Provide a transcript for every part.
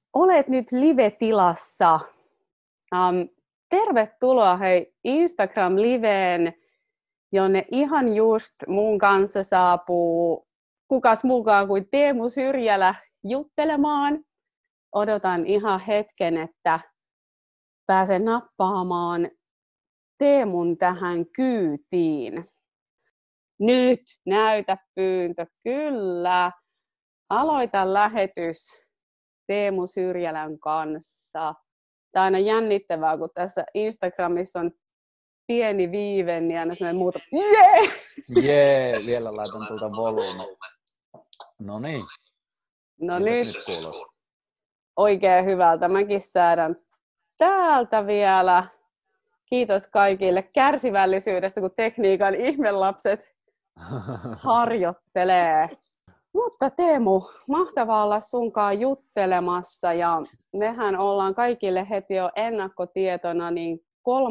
Olet nyt live-tilassa. Tervetuloa hei Instagram-liveen, jonne ihan just mun kanssa saapuu kukas mukaan kuin Teemu Syrjälä juttelemaan. Odotan ihan hetken, että pääsen nappaamaan Teemun tähän kyytiin. Nyt näytä pyyntö, kyllä. Aloita lähetys Teemu Syrjälän kanssa. Tämä on aina jännittävää, kun tässä Instagramissa on pieni viive, niin aina semmoinen muuta. Jee! Jee, vielä laitan tuolta volyyme. No niin. No nyt oikein hyvältä. Mäkin säädän täältä vielä. Kiitos kaikille kärsivällisyydestä, kun tekniikan ihmelapset harjoittelee. Mutta Teemu, mahtavaa olla sunkaan juttelemassa ja mehän ollaan kaikille heti jo ennakkotietona niin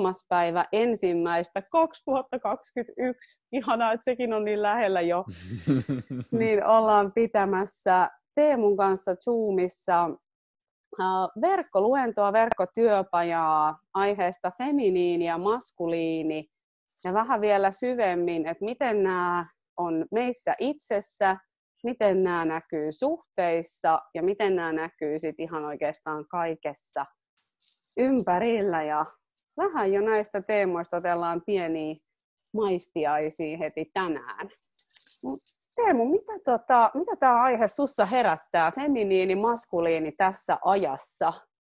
3.1.2021. Ihanaa, että sekin on niin lähellä jo. Niin ollaan pitämässä Teemun kanssa Zoomissa verkkoluentoa, verkkotyöpajaa aiheesta feminiini ja maskuliini. Ja vähän vielä syvemmin, että miten nämä on meissä itsessä, miten nämä näkyy suhteissa ja miten nämä näkyy sit ihan oikeastaan kaikessa ympärillä. Ja vähän jo näistä teemoista otellaan pieniä maistiaisia heti tänään. Teemu, mitä tämä aihe sussa herättää, feminiini, maskuliini tässä ajassa?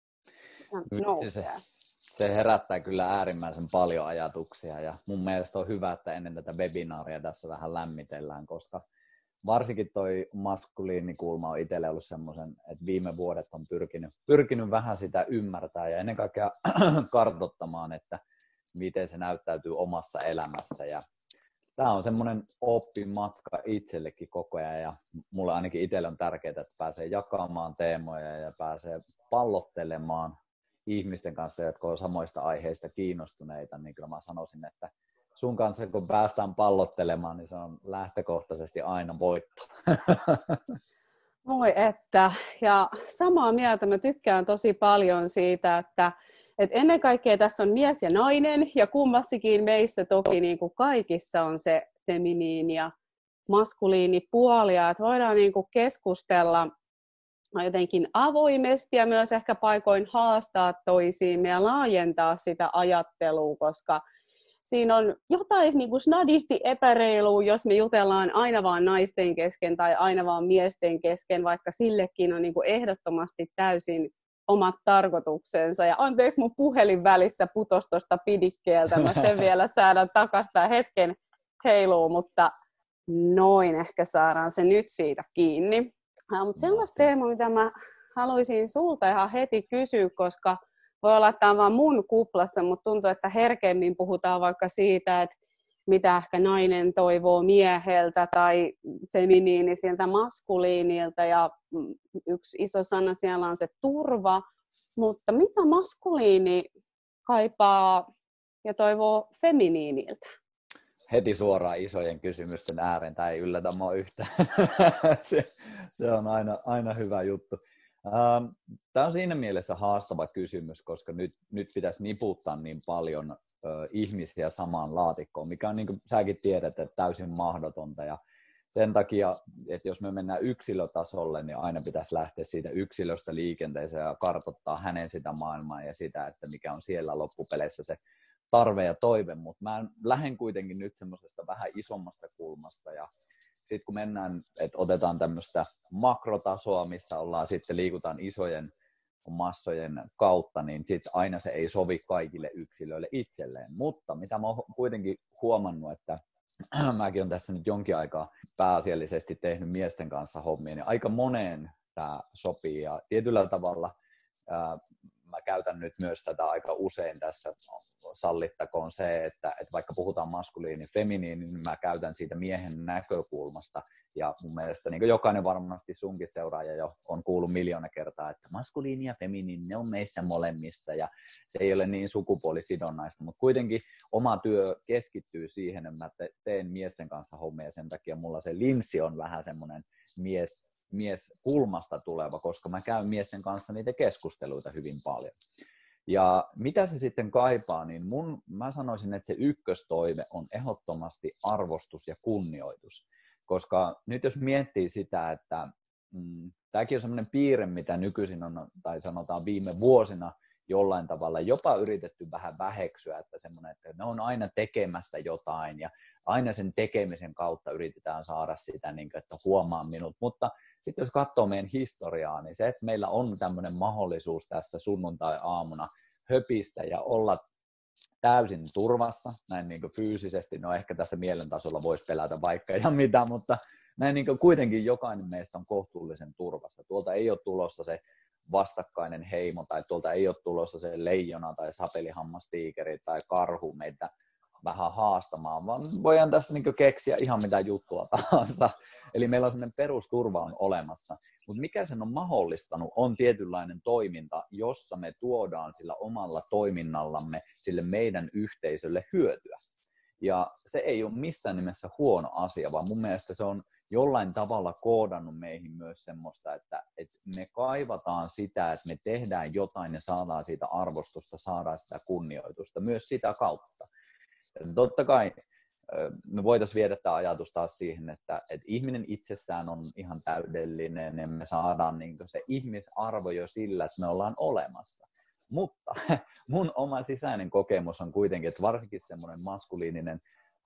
Se herättää kyllä äärimmäisen paljon ajatuksia ja mun mielestä on hyvä, että ennen tätä webinaaria tässä vähän lämmitellään, koska varsinkin toi maskuliinikulma on itselle ollut semmoisen, että viime vuodet on pyrkinyt vähän sitä ymmärtää ja ennen kaikkea kartoittamaan, että miten se näyttäytyy omassa elämässä. Ja tämä on semmoinen oppimatka itsellekin koko ajan ja mulle ainakin itselle on tärkeää, että pääsee jakamaan teemoja ja pääsee pallottelemaan ihmisten kanssa, jotka on samoista aiheista kiinnostuneita, niin kyllä mä sanoisin, että sun kanssa kun päästään pallottelemaan, niin se on lähtökohtaisesti aina voitto. Moi että, ja samaa mieltä mä tykkään tosi paljon siitä, että ennen kaikkea tässä on mies ja nainen, ja kummassikin meissä toki niin kuin kaikissa on se feminiini ja maskuliini puolia, että voidaan niin kuin keskustella jotenkin avoimesti ja myös ehkä paikoin haastaa toisiimme ja laajentaa sitä ajattelua, koska siinä on jotain niin kuin snadisti epäreilua, jos me jutellaan aina vaan naisten kesken tai aina vaan miesten kesken, vaikka sillekin on niin kuin ehdottomasti täysin omat tarkoituksensa. Ja anteeksi, mun puhelin välissä putosi tuosta pidikkeeltä, mä sen vielä säädän takaisin hetken heiluu, mutta noin ehkä saadaan se nyt siitä kiinni. Mutta sellaista teemaa, mitä mä haluaisin sulta ihan heti kysyä, koska voi olla, että tämä on vaan mun kuplassa, mutta tuntuu, että herkemmin puhutaan vaikka siitä, että mitä ehkä nainen toivoo mieheltä tai feminiinisiltä maskuliinilta. Ja yksi iso sana siellä on se turva, mutta mitä maskuliini kaipaa ja toivoo feminiiniltä? Heti suoraan isojen kysymysten ääreen, tämä ei yllätä mua yhtään. se on aina hyvä juttu. Tämä on siinä mielessä haastava kysymys, koska nyt pitäisi niputtaa niin paljon ihmisiä samaan laatikkoon, mikä on, niin kuin säkin tiedät, että täysin mahdotonta. Ja sen takia, että jos me mennään yksilötasolle, niin aina pitäisi lähteä siitä yksilöstä liikenteeseen ja kartoittaa hänen sitä maailmaa ja sitä, että mikä on siellä loppupeleissä se tarve ja toive, mutta mä lähden kuitenkin nyt semmoisesta vähän isommasta kulmasta ja sitten kun mennään, että otetaan tämmöistä makrotasoa, missä liikutaan isojen massojen kautta, niin sitten aina se ei sovi kaikille yksilöille itselleen. Mutta mitä mä oon kuitenkin huomannut, että mäkin olen tässä nyt jonkin aikaa pääasiallisesti tehnyt miesten kanssa hommia, niin aika moneen tämä sopii ja tietyllä tavalla mä käytän nyt myös tätä aika usein tässä, sallittakoon se, että vaikka puhutaan maskuliini ja feminiini, niin mä käytän siitä miehen näkökulmasta. Ja mun mielestä niin jokainen varmasti sunkin seuraaja jo on kuullut miljoona kertaa, että maskuliini ja feminiini, ne on meissä molemmissa ja se ei ole niin sukupuolisidonnaista, mutta kuitenkin oma työ keskittyy siihen, että mä teen miesten kanssa hommia ja sen takia mulla se linssi on vähän semmoinen mies mieskulmasta tuleva, koska mä käyn miesten kanssa niitä keskusteluita hyvin paljon. Ja mitä se sitten kaipaa, niin mä sanoisin, että se ykköstoive on ehdottomasti arvostus ja kunnioitus. Koska nyt jos miettii sitä, että tämäkin on sellainen piirre, mitä nykyisin on, tai sanotaan viime vuosina, jollain tavalla jopa yritetty vähän väheksyä, että semmoinen, että ne on aina tekemässä jotain ja aina sen tekemisen kautta yritetään saada sitä, että huomaa minut. Mutta sitten jos katsoo meidän historiaa, niin se, että meillä on tämmöinen mahdollisuus tässä sunnuntai-aamuna höpistä ja olla täysin turvassa, näin niin kuin fyysisesti, no ehkä tässä mielen tasolla voisi pelätä vaikka ja mitä, mutta näin niin kuin kuitenkin jokainen meistä on kohtuullisen turvassa. Tuolta ei ole tulossa se vastakkainen heimo, tai tuolta ei ole tulossa se leijona tai sapelihammastiikeri tai karhu meitä vähän haastamaan, vaan voidaan tässä niin kuin keksiä ihan mitä juttua tahansa. Eli meillä on sellainen perusturva on olemassa. Mutta mikä sen on mahdollistanut, on tietynlainen toiminta, jossa me tuodaan sillä omalla toiminnallamme sille meidän yhteisölle hyötyä. Ja se ei ole missään nimessä huono asia, vaan mun mielestä se on jollain tavalla koodannut meihin myös semmoista, että me kaivataan sitä, että me tehdään jotain ja saadaan siitä arvostusta, saadaan sitä kunnioitusta myös sitä kautta. Ja totta kai me voitaisiin viedä tämä ajatus taas siihen, että ihminen itsessään on ihan täydellinen ja me saadaan niin se ihmisarvo jo sillä, että me ollaan olemassa. Mutta mun oma sisäinen kokemus on kuitenkin, että varsinkin semmoinen maskuliininen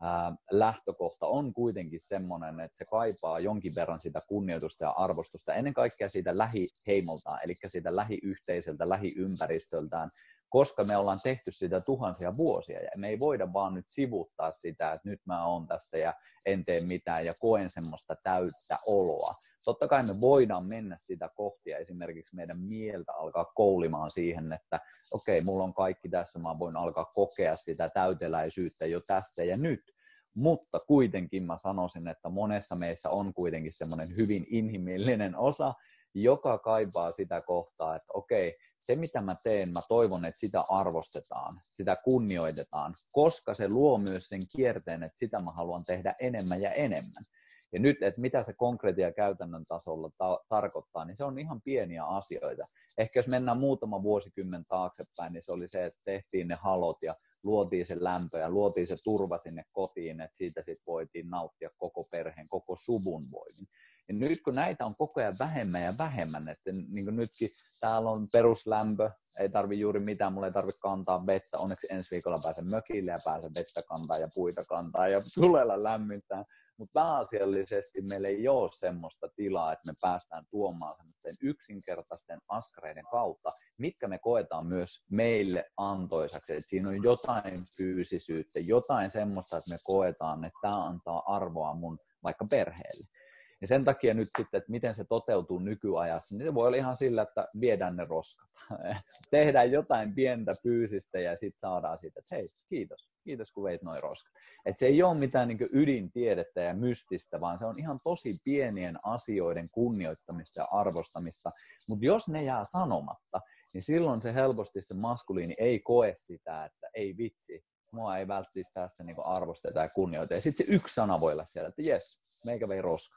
lähtökohta on kuitenkin semmoinen, että se kaipaa jonkin verran sitä kunnioitusta ja arvostusta, ennen kaikkea siitä lähiheimoltaan, eli siitä lähiyhteisöltä, lähiympäristöltään, koska me ollaan tehty sitä tuhansia vuosia ja me ei voida vaan nyt sivuuttaa sitä, että nyt mä oon tässä ja en tee mitään ja koen semmoista täyttä oloa. Totta kai me voidaan mennä sitä kohti ja esimerkiksi meidän mieltä alkaa koulimaan siihen, että okei, mulla on kaikki tässä, mä voin alkaa kokea sitä täyteläisyyttä jo tässä ja nyt. Mutta kuitenkin mä sanoisin, että monessa meissä on kuitenkin semmoinen hyvin inhimillinen osa, joka kaipaa sitä kohtaa, että okei, se mitä mä teen, mä toivon, että sitä arvostetaan, sitä kunnioitetaan, koska se luo myös sen kierteen, että sitä mä haluan tehdä enemmän ja enemmän. Ja nyt, että mitä se konkreettia käytännön tasolla tarkoittaa, niin se on ihan pieniä asioita. Ehkä jos mennään muutama vuosikymmen taaksepäin, niin se oli se, että tehtiin ne halot ja luotiin se lämpö ja luotiin se turva sinne kotiin, että siitä sitten voitiin nauttia koko perheen, koko suvun voimin. Ja nyt kun näitä on koko ajan vähemmän ja vähemmän, että niin kuin nytkin täällä on peruslämpö, ei tarvi juuri mitään, mulla ei tarvitse kantaa vettä, onneksi ensi viikolla pääsen mökille ja pääsen vettä kantaa ja puita kantaa ja tulella lämmittää. Mutta pääasiallisesti meillä ei ole semmoista tilaa, että me päästään tuomaan semmoisten yksinkertaisten askareiden kautta, mitkä me koetaan myös meille antoisaksi. Että siinä on jotain fyysisyyttä, jotain semmoista, että me koetaan, että tämä antaa arvoa mun vaikka perheelle. Ja sen takia nyt sitten, että miten se toteutuu nykyajassa, niin se voi olla ihan sillä, että viedään ne roskat. Tehdään jotain pientä fyysistä ja sitten saadaan siitä, että hei, kiitos kun veit noin roskat. Että se ei ole mitään niin kuin ydintiedettä ja mystistä, vaan se on ihan tosi pienien asioiden kunnioittamista ja arvostamista. Mutta jos ne jää sanomatta, niin silloin se helposti se maskuliini ei koe sitä, että ei vitsi, mua ei välttämättä tässä niin kuin arvosteta ja kunnioita. Ja sitten se yksi sana voi olla siellä, että jes, meikä vei roskat.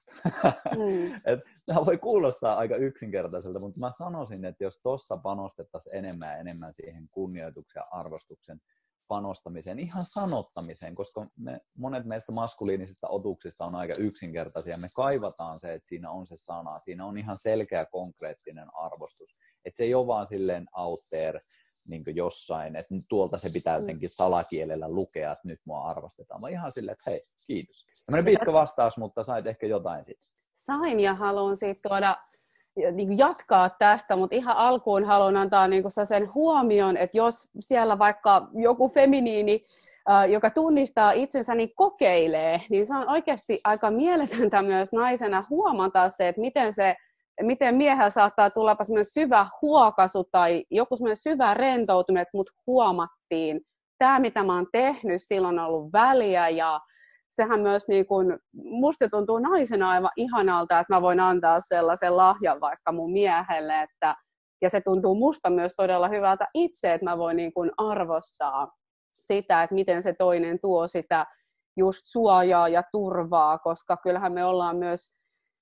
Tämä voi kuulostaa aika yksinkertaiselta, mutta mä sanoisin, että jos tuossa panostettaisiin enemmän ja enemmän siihen kunnioituksen ja arvostuksen panostamiseen, ihan sanottamiseen, koska monet meistä maskuliinisista otuksista on aika yksinkertaisia. Me kaivataan se, että siinä on se sana, siinä on ihan selkeä konkreettinen arvostus. Että se ei ole vaan silleen out there, niin kuin jossain, että tuolta se pitää jotenkin salakielellä lukea, että nyt mua arvostetaan. Mä ihan silleen, että hei, kiitos. Tämmöinen pitkä vastaus, mutta sait ehkä jotain siitä. Sain ja haluan siitä tuoda, niin jatkaa tästä, mutta ihan alkuun haluan antaa niin sen huomion, että jos siellä vaikka joku feminiini, joka tunnistaa itsensä, niin kokeilee, niin se on oikeasti aika mieletöntä myös naisena huomata se, että miten miehellä saattaa tulla semmoinen syvä huokaisu tai joku semmoinen syvä rentoutuminen, että mut huomattiin. Tämä, mitä mä oon tehnyt, silloin on ollut väliä ja sehän myös niin kuin, musta tuntuu naisena aivan ihanalta, että mä voin antaa sellaisen lahjan vaikka mun miehelle, ja se tuntuu musta myös todella hyvältä itse, että mä voin niin kuin arvostaa sitä, että miten se toinen tuo sitä just suojaa ja turvaa, koska kyllähän me ollaan myös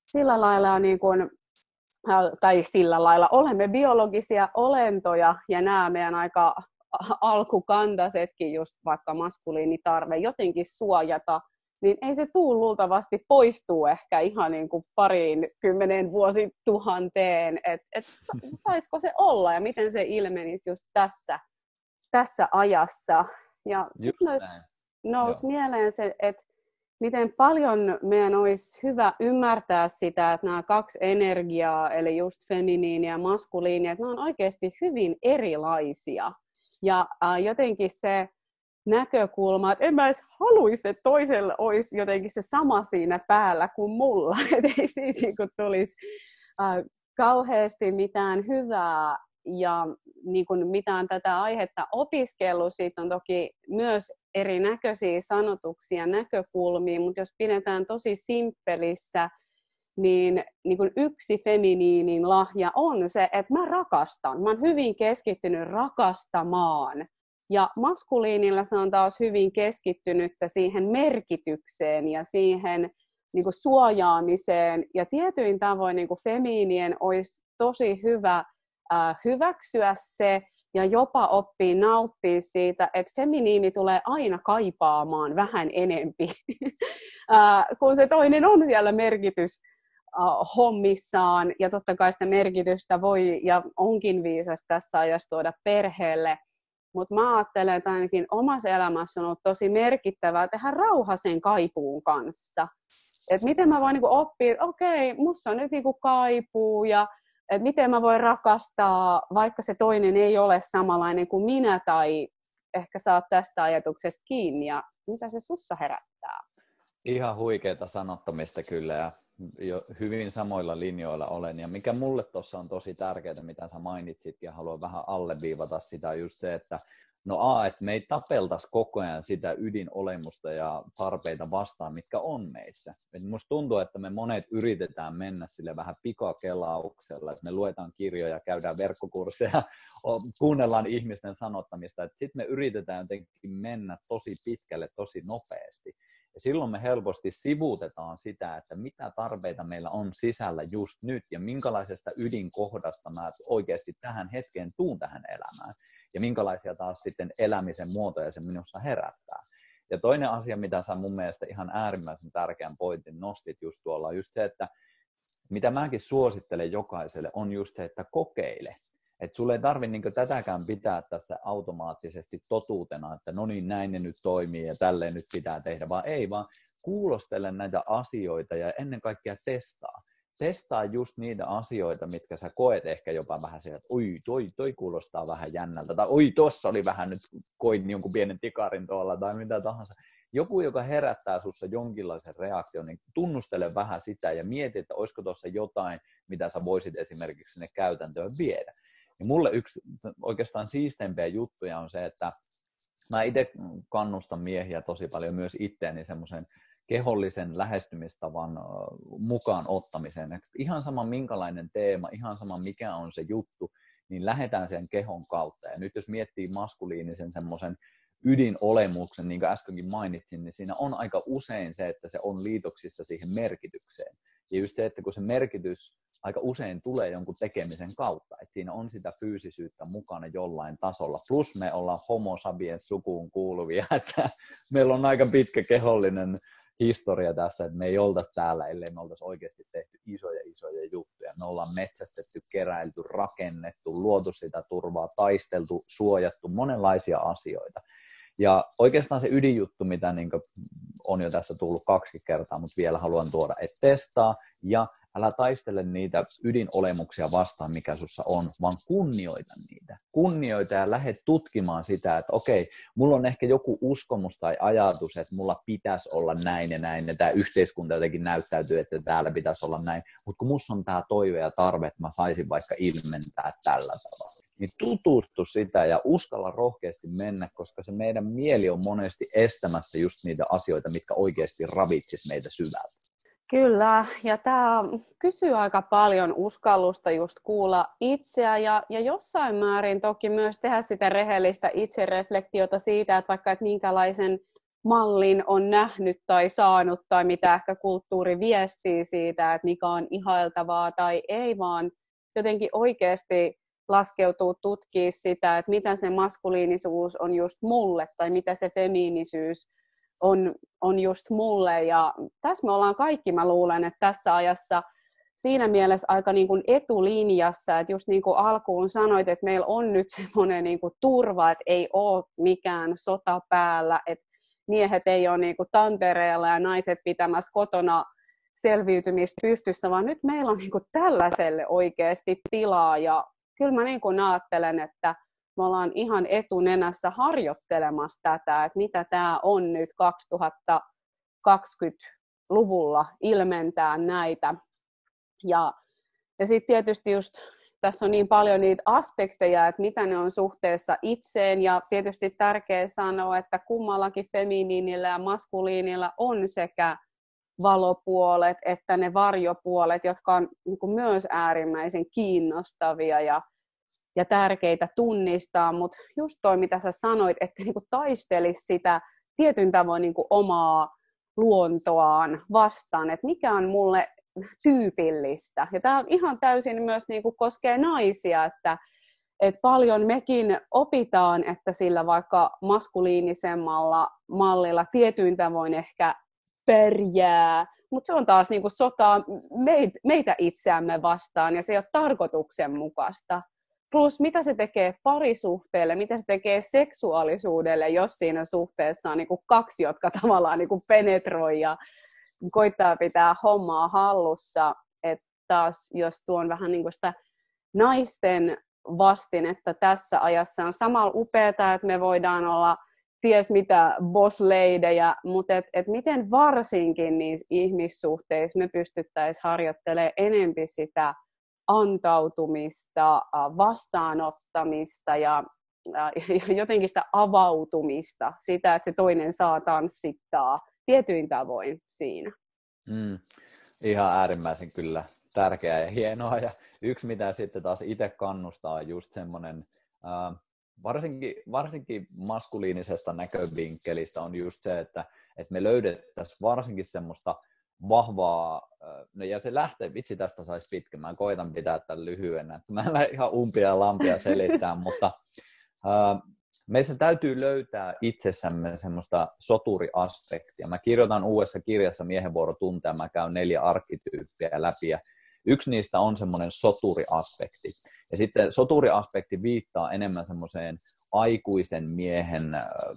sillä lailla niin kuin, tai sillä lailla olemme biologisia olentoja ja nämä meidän aika alkukantaisetkin just vaikka maskuliinitarve jotenkin suojata, niin ei se tule luultavasti poistuu ehkä ihan niin kuin 20 vuosituhanteen, että saisiko se olla ja miten se ilmenisi just tässä ajassa. Ja sitten myös nousi mieleen se, että miten paljon meidän olisi hyvä ymmärtää sitä, että nämä kaksi energiaa, eli just feminiini ja maskuliini, että ne on oikeasti hyvin erilaisia. Ja jotenkin se näkökulma, että en mä edes haluaisi, että toisella olisi jotenkin se sama siinä päällä kuin mulla. Että ei siitä niin tulisi kauheasti mitään hyvää ja niin kuin mitään tätä aihetta opiskellut. Siitä on toki myös erinäköisiä sanotuksia, näkökulmia, mutta jos pidetään tosi simppelissä, niin kuin yksi feminiinin lahja on se, että mä rakastan. Mä oon hyvin keskittynyt rakastamaan. Ja maskuliinilla se on taas hyvin keskittynyttä siihen merkitykseen ja siihen niin kuin suojaamiseen. Ja tietyin tavoin niin kuin feminiinien olisi tosi hyvä hyväksyä se ja jopa oppii nauttia siitä, että feminiini tulee aina kaipaamaan vähän enempi, kun se toinen on siellä hommissaan. Ja totta kai sitä merkitystä voi ja onkin viisas tässä ajassa tuoda perheelle. Mutta mä ajattelen, että ainakin omassa elämässä on ollut tosi merkittävää tehdä rauha sen kaipuun kanssa. Että miten mä voin niinku oppia, että okei, musta on nyt niinku kaipuu ja että miten mä voin rakastaa, vaikka se toinen ei ole samanlainen kuin minä tai ehkä saat tästä ajatuksesta kiinni ja mitä se sussa herättää. Ihan huikeaa sanottamista kyllä ja jo hyvin samoilla linjoilla olen. Ja mikä mulle tuossa on tosi tärkeää, mitä sä mainitsitkin ja haluan vähän alleviivata sitä, on just se, että että me ei tapeltaisi koko ajan sitä ydinolemusta ja tarpeita vastaan, mitkä on meissä. Et musta tuntuu, että me monet yritetään mennä sille vähän pikakelauksella, että me luetaan kirjoja, käydään verkkokursseja, kuunnellaan ihmisten sanottamista, että sitten me yritetään jotenkin mennä tosi pitkälle, tosi nopeasti. Ja silloin me helposti sivuutetaan sitä, että mitä tarpeita meillä on sisällä just nyt ja minkälaisesta ydinkohdasta mä oikeasti tähän hetkeen tuun tähän elämään. Ja minkälaisia taas sitten elämisen muotoja se minussa herättää. Ja toinen asia, mitä sä mun mielestä ihan äärimmäisen tärkeän pointin nostit just tuolla, on just se, että mitä mäkin suosittelen jokaiselle, on just se, että kokeile. Että sulle ei tarvitse niin tätäkään pitää tässä automaattisesti totuutena, että no niin, näin ne nyt toimii ja tälleen nyt pitää tehdä, vaan ei, vaan kuulostele näitä asioita ja ennen kaikkea testaa. Testaa just niitä asioita, mitkä sä koet ehkä jopa vähän sieltä, että oi, toi kuulostaa vähän jännältä, tai oi, tossa oli vähän nyt, koin jonkun pienen tikarin tuolla, tai mitä tahansa. Joku, joka herättää sussa jonkinlaisen reaktion, niin tunnustele vähän sitä ja mieti, että olisiko tuossa jotain, mitä sä voisit esimerkiksi sinne käytäntöön viedä. Ja mulle yksi oikeastaan siisteimpiä juttuja on se, että mä itse kannustan miehiä tosi paljon myös itteeni semmoisen kehollisen lähestymistavan mukaan ottamiseen. Että ihan sama minkälainen teema, ihan sama mikä on se juttu, niin lähdetään sen kehon kautta. Ja nyt jos miettii maskuliinisen semmoisen ydinolemuksen, niin kuin äskenkin mainitsin, niin siinä on aika usein se, että se on liitoksissa siihen merkitykseen. Ja just se, että kun se merkitys aika usein tulee jonkun tekemisen kautta, että siinä on sitä fyysisyyttä mukana jollain tasolla. Plus me ollaan homo sapiens sukuun kuuluvia, että meillä on aika pitkä kehollinen historia tässä, että me ei oltaisi täällä, ellei me oltaisi oikeasti tehty isoja juttuja. Me ollaan metsästetty, keräilty, rakennettu, luotu sitä turvaa, taisteltu, suojattu, monenlaisia asioita. Ja oikeastaan se ydinjuttu, mitä niin on jo tässä tullut 2 kertaa, mutta vielä haluan tuoda, että testaa ja älä taistele niitä ydinolemuksia vastaan, mikä sussa on, vaan kunnioita niitä. Kunnioita ja lähde tutkimaan sitä, että okei, mulla on ehkä joku uskomus tai ajatus, että mulla pitäisi olla näin ja näin, ja tämä yhteiskunta jotenkin näyttäytyy, että täällä pitäisi olla näin, mutta kun musta on tämä toive ja tarve, että mä saisin vaikka ilmentää tällä tavalla, niin tutustu sitä ja uskalla rohkeasti mennä, koska se meidän mieli on monesti estämässä just niitä asioita, mitkä oikeasti ravitsis meitä syvältä. Kyllä, ja tämä kysyy aika paljon uskallusta just kuulla itseä ja jossain määrin toki myös tehdä sitä rehellistä itsereflektiota siitä, että vaikka että minkälaisen mallin on nähnyt tai saanut tai mitä ehkä kulttuuri viestii siitä, että mikä on ihailtavaa tai ei, vaan jotenkin oikeasti laskeutuu tutkia sitä, että mitä se maskuliinisuus on just mulle tai mitä se feminiinisyys on just mulle. Ja tässä me ollaan kaikki, mä luulen, että tässä ajassa siinä mielessä aika niin kuin etulinjassa, että just niin kuin alkuun sanoit, että meillä on nyt semmoinen niin kuin turva, että ei ole mikään sota päällä, että miehet ei ole niin kuin tantereella ja naiset pitämässä kotona selviytymistä pystyssä, vaan nyt meillä on niin kuin tällaiselle oikeasti tilaa. Ja kyllä mä niin kuin ajattelen, että me ollaan ihan etunenässä harjoittelemassa tätä, että mitä tämä on nyt 2020-luvulla ilmentää näitä. Ja sitten tietysti just tässä on niin paljon niitä aspekteja, että mitä ne on suhteessa itseen, ja tietysti tärkeää sanoa, että kummallakin feminiinillä ja maskuliinilla on sekä valopuolet että ne varjopuolet, jotka on niin kuin myös äärimmäisen kiinnostavia ja tärkeitä tunnistaa, mutta just toi, mitä sä sanoit, että niin kuin taistelisi sitä tietyn tavoin niin kuin omaa luontoaan vastaan, että mikä on mulle tyypillistä. Ja tämä on ihan täysin myös niin kuin koskee naisia, että paljon mekin opitaan, että sillä vaikka maskuliinisemmalla mallilla tietyin tavoin ehkä pärjää, mutta se on taas niin kuin sotaa meitä itseämme vastaan, ja se ei ole tarkoituksenmukaista. Plus, mitä se tekee parisuhteelle, mitä se tekee seksuaalisuudelle, jos siinä suhteessa on niin kuin kaksi, jotka tavallaan niin kuin penetroi ja koittaa pitää hommaa hallussa. Että taas, jos tuon vähän niin kuin sitä naisten vastinetta tässä ajassa, on samalla upeata, että me voidaan olla ties mitä boss-leidejä, mutta et miten varsinkin niissä ihmissuhteissa me pystyttäisiin harjoittelemaan enemmän sitä antautumista, vastaanottamista ja jotenkin sitä avautumista, sitä, että se toinen saa tanssittaa tietyin tavoin siinä. Ihan äärimmäisen kyllä tärkeää ja hienoa. Ja yksi, mitä sitten taas itse kannustaa, on just semmoinen, varsinkin maskuliinisesta näkövinkkelistä on just se, että me löydettäisiin varsinkin semmoista vahvaa, ja se lähtee, vitsi tästä saisi pitkä, mä koitan pitää tämän lyhyenä, että mä en lähde ihan umpia ja lampia selittää, mutta meistä täytyy löytää itsessämme semmoista soturiaspektia. Mä kirjoitan uudessa kirjassa Miehen vuoro tuntea, mä käyn 4 arkkityyppiä läpi, ja yksi niistä on semmoinen soturiaspekti. Ja sitten soturiaspekti viittaa enemmän semmoiseen aikuisen miehen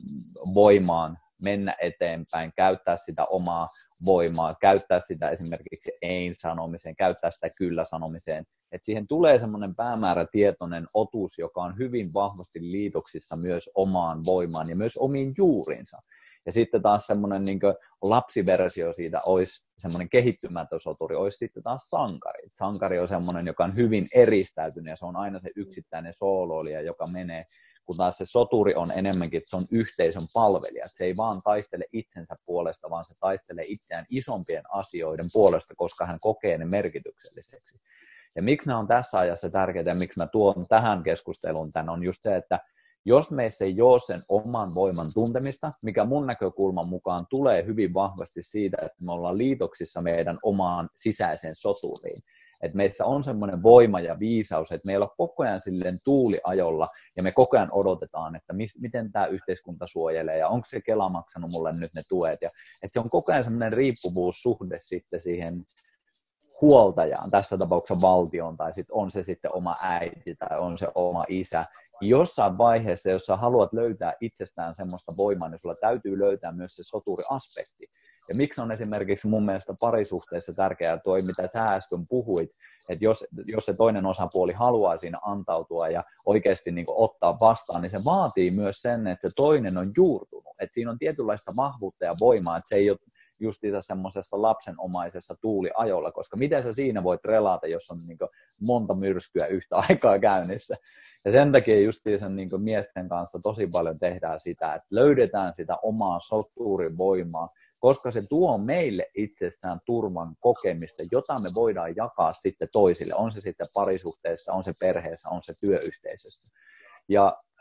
voimaan mennä eteenpäin, käyttää sitä omaa voimaa, käyttää sitä esimerkiksi ei-sanomiseen, käyttää sitä kyllä-sanomiseen. Että siihen tulee semmoinen päämäärätietoinen otus, joka on hyvin vahvasti liitoksissa myös omaan voimaan ja myös omiin juuriinsa. Ja sitten taas semmoinen niin kuin lapsiversio siitä olisi semmoinen kehittymätön soturi, olisi sitten taas sankari. Sankari on semmoinen, joka on hyvin eristäytynyt ja se on aina se yksittäinen sooloilija, joka menee, kun taas se soturi on enemmänkin, että se on yhteisön palvelija. Että se ei vaan taistele itsensä puolesta, vaan se taistelee itseään isompien asioiden puolesta, koska hän kokee ne merkitykselliseksi. Ja miksi nämä on tässä ajassa tärkeitä ja miksi mä tuon tähän keskusteluun tämän on just se, että jos meissä ei ole sen oman voiman tuntemista, mikä mun näkökulman mukaan tulee hyvin vahvasti siitä, että me ollaan liitoksissa meidän omaan sisäiseen soturiin. Että meissä on semmoinen voima ja viisaus, että meillä on koko ajan silleen tuuliajolla ja me koko ajan odotetaan, että miten tämä yhteiskunta suojelee ja onko se Kela maksanut mulle nyt ne tuet. Ja, että se on koko ajan semmoinen riippuvuussuhde sitten siihen huoltajaan, tässä tapauksessa valtion, tai sitten on se sitten oma äiti tai on se oma isä. Jossain vaiheessa, jos sä haluat löytää itsestään semmoista voimaa, niin sulla täytyy löytää myös se soturiaspekti. Ja miksi on esimerkiksi mun mielestä parisuhteessa tärkeää toi, mitä sä äsken puhuit, että jos se toinen osapuoli haluaa siinä antautua ja oikeasti niin kuin ottaa vastaan, niin se vaatii myös sen, että se toinen on juurtunut. Että siinä on tietynlaista vahvuutta ja voimaa, että se ei ole justiinsa semmoisessa lapsenomaisessa tuuliajolla, koska miten sä siinä voit relata, jos on niin kuin monta myrskyä yhtä aikaa käynnissä. Ja sen takia justiinsa niin kuin miesten kanssa tosi paljon tehdään sitä, että löydetään sitä omaa soturin voimaa, koska se tuo meille itsessään turvan kokemista, jota me voidaan jakaa sitten toisille. On se sitten parisuhteessa, on se perheessä, on se työyhteisössä. Ja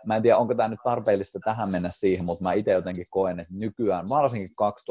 mä en tiedä, onko tämä nyt tarpeellista tähän mennä siihen, mutta mä itse jotenkin koen, että nykyään, varsinkin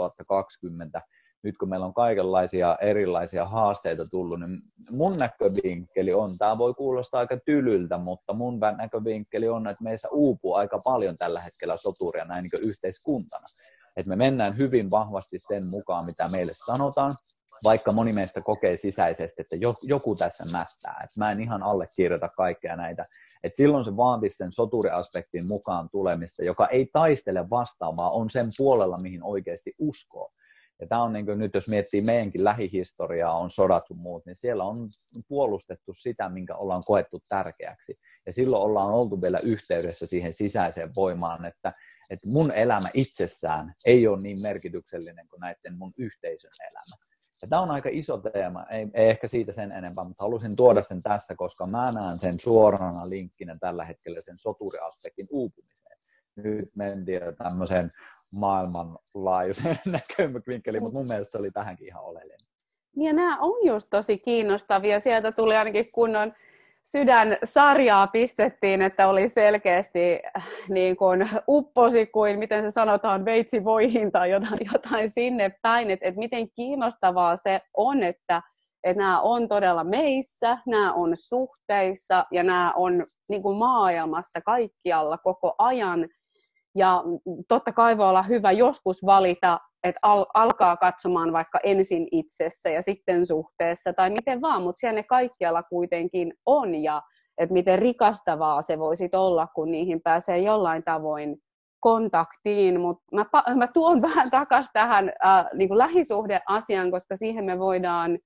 2020, nyt kun meillä on kaikenlaisia erilaisia haasteita tullut, niin mun näkövinkkeli on, tämä voi kuulostaa aika tylyltä, mutta mun näkövinkkeli on, että meissä uupuu aika paljon tällä hetkellä soturia näin niin kuin yhteiskuntana. Että me mennään hyvin vahvasti sen mukaan, mitä meille sanotaan, vaikka moni meistä kokee sisäisesti, että joku tässä mättää, että mä en ihan allekirjoita kaikkea näitä. Että silloin se vaatisi sen soturiaspektin mukaan tulemista, joka ei taistele vastaan, vaan on sen puolella, mihin oikeasti uskoo. Ja tämä on niin kuin nyt, jos miettii meidänkin lähihistoriaa, on sodat sun muut, niin siellä on puolustettu sitä, minkä ollaan koettu tärkeäksi. Ja silloin ollaan oltu vielä yhteydessä siihen sisäiseen voimaan, että mun elämä itsessään ei ole niin merkityksellinen kuin näiden mun yhteisön elämä. Ja tämä on aika iso teema, ei ehkä siitä sen enempää, mutta halusin tuoda sen tässä, koska mä näen sen suorana linkkinä tällä hetkellä sen soturiaspektin uupumiseen. Nyt mentiin jo tämmöiseen maailmanlaajuisen näkövinkkeliin, mutta mun mielestä se oli tähänkin ihan oleellinen. Ja nämä on just tosi kiinnostavia. Sieltä tuli ainakin kunnon sydänsarjaa pistettiin, että oli selkeästi niin kuin upposi kuin, miten se sanotaan, veitsivoihin tai jotain sinne päin. Että miten kiinnostavaa se on, että nämä on todella meissä, nämä on suhteissa ja nämä on niin kuin maailmassa kaikkialla koko ajan. Ja totta kai voi olla hyvä joskus valita, että alkaa katsomaan vaikka ensin itsessä ja sitten suhteessa tai miten vaan, mutta siellä ne kaikkialla kuitenkin on ja että miten rikastavaa se voisi olla, kun niihin pääsee jollain tavoin kontaktiin. Mutta mä tuon vähän takaisin tähän niin kuin lähisuhdeasiaan, koska siihen me voidaan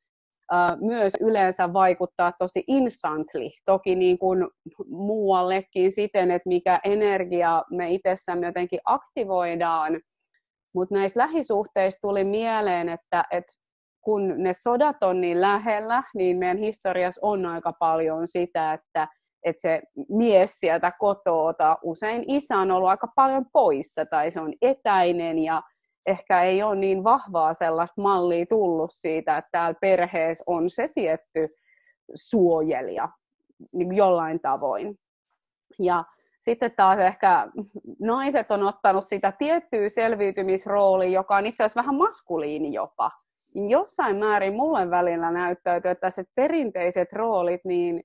myös yleensä vaikuttaa tosi instantly, toki niin kuin muuallekin siten, että mikä energia me itsessämme jotenkin aktivoidaan, mutta näistä lähisuhteista tuli mieleen, että kun ne sodat on niin lähellä, niin meidän historiassa on aika paljon sitä, että se mies sieltä kotoota, usein isä on ollut aika paljon poissa tai se on etäinen ja ehkä ei ole niin vahvaa sellaista mallia tullut siitä, että täällä perheessä on se tietty suojelija niin jollain tavoin. Ja sitten taas ehkä naiset on ottanut sitä tiettyä selviytymisroolia, joka on itse asiassa vähän maskuliini jopa. Jossain määrin mulle välillä näyttäytyy, että se perinteiset roolit, niin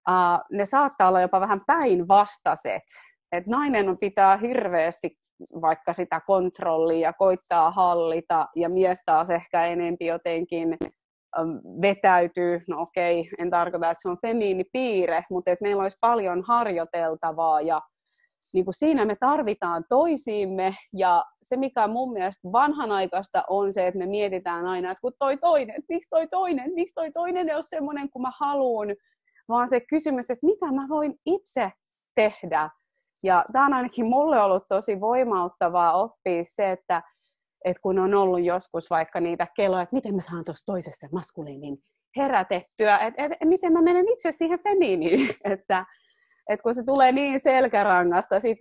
ne saattaa olla jopa vähän päinvastaiset. Että nainen pitää hirveästi vaikka sitä kontrollia ja koittaa hallita, ja mies taas ehkä enempi jotenkin vetäytyy, no okei, en tarkoita, että se on femiinipiirre, mutta että meillä olisi paljon harjoiteltavaa, ja niin kuin siinä me tarvitaan toisiimme, ja se mikä mun mielestä vanhanaikaista on se, että me mietitään aina, että kun miksi toi toinen ei ole semmoinen kuin mä haluan, vaan se kysymys, että mitä mä voin itse tehdä. Ja tämä on ainakin mulle ollut tosi voimauttavaa oppia se, että kun on ollut joskus vaikka niitä kelloja, että miten mä saan tuossa toisesta maskuliinin herätettyä, että miten mä menen itse siihen femiiniin, että kun se tulee niin selkärangasta, sit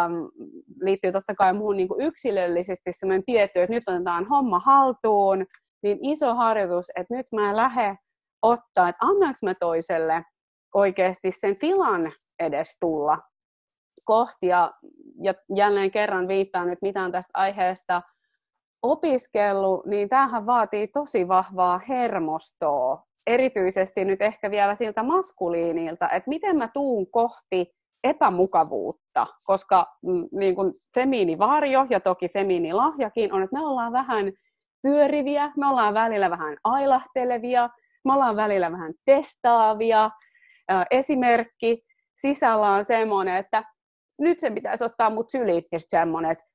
liittyy totta kai muuhun niin kuin yksilöllisesti semmoinen tietty, että nyt otetaan homma haltuun, niin iso harjoitus, että nyt mä en lähde ottaa, että annaanko mä toiselle oikeasti sen tilan edes tulla kohti, ja jälleen kerran viittaan nyt mitään tästä aiheesta opiskellut, niin tämähän vaatii tosi vahvaa hermostoa, erityisesti nyt ehkä vielä siltä maskuliinilta, että miten mä tuun kohti epämukavuutta, koska niin kuin femiinivarjo ja toki femiinilahjakin on, että me ollaan vähän pyöriviä, me ollaan välillä vähän ailahtelevia, me ollaan välillä vähän testaavia. Esimerkki sisällä on semmoinen, että nyt se pitäisi ottaa mut syliin, ja sitten semmoinen, että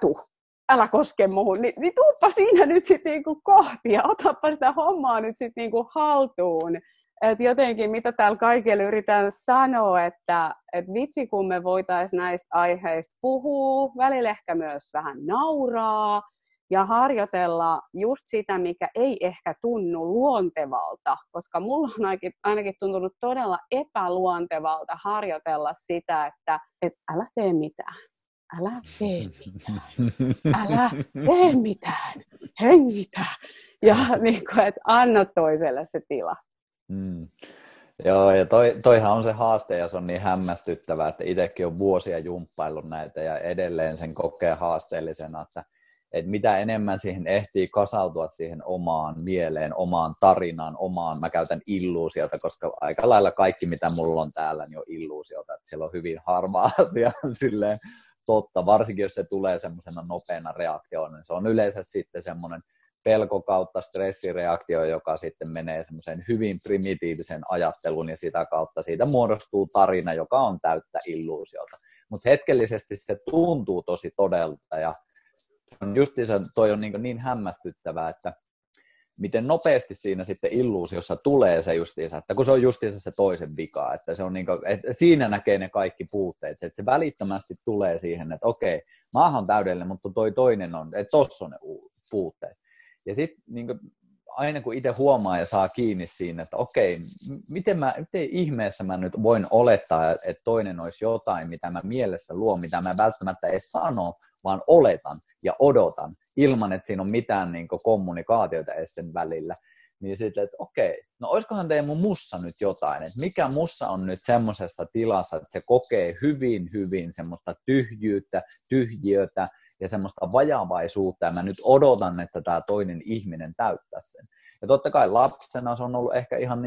älä koske muhun, niin tuuppa siinä nyt sitten niinku kohti, ja otappa sitä hommaa nyt sitten niinku haltuun. Et jotenkin, mitä täällä kaikille yritän sanoa, että vitsi kun me voitaisiin näistä aiheista puhua, välillä ehkä myös vähän nauraa, ja harjoitella just sitä, mikä ei ehkä tunnu luontevalta, koska mulla on ainakin tuntunut todella epäluontevalta harjoitella sitä, että älä tee mitään, älä tee mitään, älä tee mitään, hengitä, ja niin kuin, että anna toiselle se tila. Joo, ja toihan on se haaste ja se on niin hämmästyttävää, että itsekin on vuosia jumppaillut näitä ja edelleen sen kokee haasteellisena, että mitä enemmän siihen ehtii kasautua siihen omaan mieleen, omaan tarinaan, mä käytän illuusiota, koska aika lailla kaikki mitä mulla on täällä niin on illuusiota, että siellä on hyvin harva asia silleen totta, varsinkin jos se tulee semmoisena nopeana reaktiona, niin se on yleensä sitten semmoinen pelko kautta stressireaktio, joka sitten menee semmoiseen hyvin primitiivisen ajatteluun ja sitä kautta siitä muodostuu tarina, joka on täyttä illuusiota. Mutta hetkellisesti se tuntuu tosi todelta ja justiinsa toi on niin hämmästyttävää, että miten nopeasti siinä sitten illuusiossa tulee se justiinsa, että kun se on justiinsa se toisen vika, että se on että siinä näkee ne kaikki puutteet, että se välittömästi tulee siihen, että okei, mä oon täydellinen, mutta toi toinen on, että tossa on ne puutteet. Ja sitten aina kun itse huomaa ja saa kiinni siinä, että okei, miten ihmeessä mä nyt voin olettaa, että toinen olisi jotain, mitä mä mielessä luon, mitä mä välttämättä ei sano, vaan oletan ja odotan, ilman että siinä on mitään kommunikaatioita edes sen välillä. Niin sitten, että okei, no olisikohan Teemu mussa nyt jotain, että mikä mussa on nyt semmoisessa tilassa, että se kokee hyvin, hyvin semmoista tyhjiötä, ja semmoista vajavaisuutta, ja mä nyt odotan, että tämä toinen ihminen täyttää sen. Ja totta kai lapsena se on ollut ehkä ihan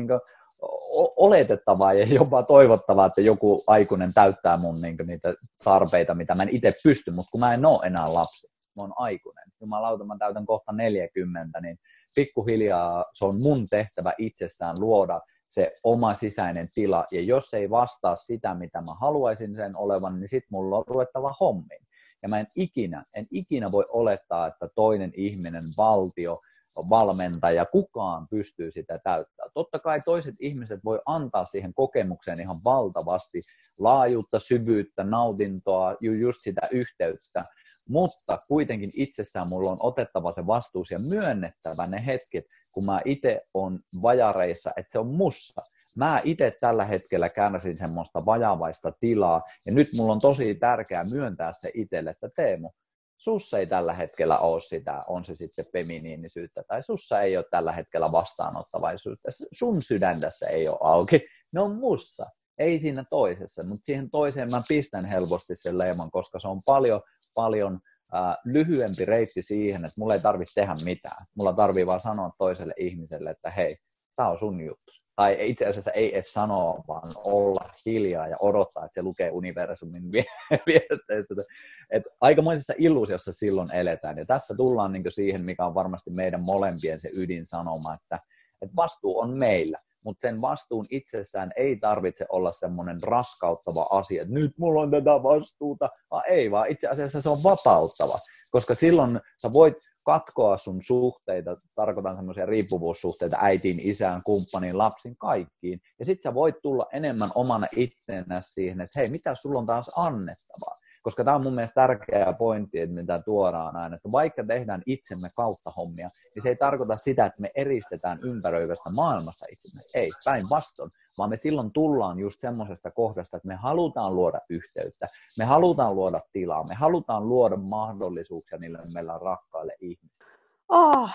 oletettavaa ja jopa toivottavaa, että joku aikuinen täyttää mun niitä tarpeita, mitä mä en itse pysty, mutta kun mä en ole enää lapsi, mä oon aikuinen. Jumalauta, mä täytän kohta 40, niin pikkuhiljaa se on mun tehtävä itsessään luoda se oma sisäinen tila, ja jos ei vastaa sitä, mitä mä haluaisin sen olevan, niin sit mulla on ruvettava hommiin. Ja mä en ikinä voi olettaa, että toinen ihminen, valtio, valmentaja, kukaan pystyy sitä täyttämään. Totta kai toiset ihmiset voi antaa siihen kokemukseen ihan valtavasti laajuutta, syvyyttä, nautintoa, just sitä yhteyttä, mutta kuitenkin itsessään mulla on otettava se vastuus ja myönnettävä ne hetket, kun mä itse on vajareissa, että se on mussa. Mä itse tällä hetkellä kärsin semmoista vajavaista tilaa, ja nyt mulla on tosi tärkeää myöntää se itselle, että Teemu, sussa ei tällä hetkellä ole sitä, on se sitten feminiinisyyttä, tai sussa ei ole tällä hetkellä vastaanottavaisuutta, sun sydän tässä ei ole auki, ne on mussa, ei siinä toisessa, mutta siihen toiseen mä pistän helposti sen leiman, koska se on paljon lyhyempi reitti siihen, että mulla ei tarvitse tehdä mitään, mulla tarvii vaan sanoa toiselle ihmiselle, että hei, tämä on sun juttu. Tai itse asiassa ei edes sanoa, vaan olla hiljaa ja odottaa, että se lukee universumin viesteistä. Aikamoisessa illuusiossa silloin eletään. Ja tässä tullaan siihen, mikä on varmasti meidän molempien se ydinsanoma, että vastuu on meillä. Mutta sen vastuun itsessään ei tarvitse olla semmoinen raskauttava asia, että nyt mulla on tätä vastuuta, vaan itse asiassa se on vapauttava, koska silloin sä voit katkoa sun suhteita, tarkoitan semmoisia riippuvuussuhteita äitiin, isään, kumppaniin, lapsiin, kaikkiin, ja sit sä voit tulla enemmän omana itteenäsi siihen, että hei, mitä sulla on taas annettavaa. Koska tämä on mun mielestä tärkeä pointti, että mitä tuodaan aina, että vaikka tehdään itsemme kautta hommia, niin se ei tarkoita sitä, että me eristetään ympäröivästä maailmasta itsemme. Ei, päinvastoin, vaan me silloin tullaan just semmoisesta kohdasta, että me halutaan luoda yhteyttä, me halutaan luoda tilaa, me halutaan luoda mahdollisuuksia niille meillä rakkaille ihmisille. Oh,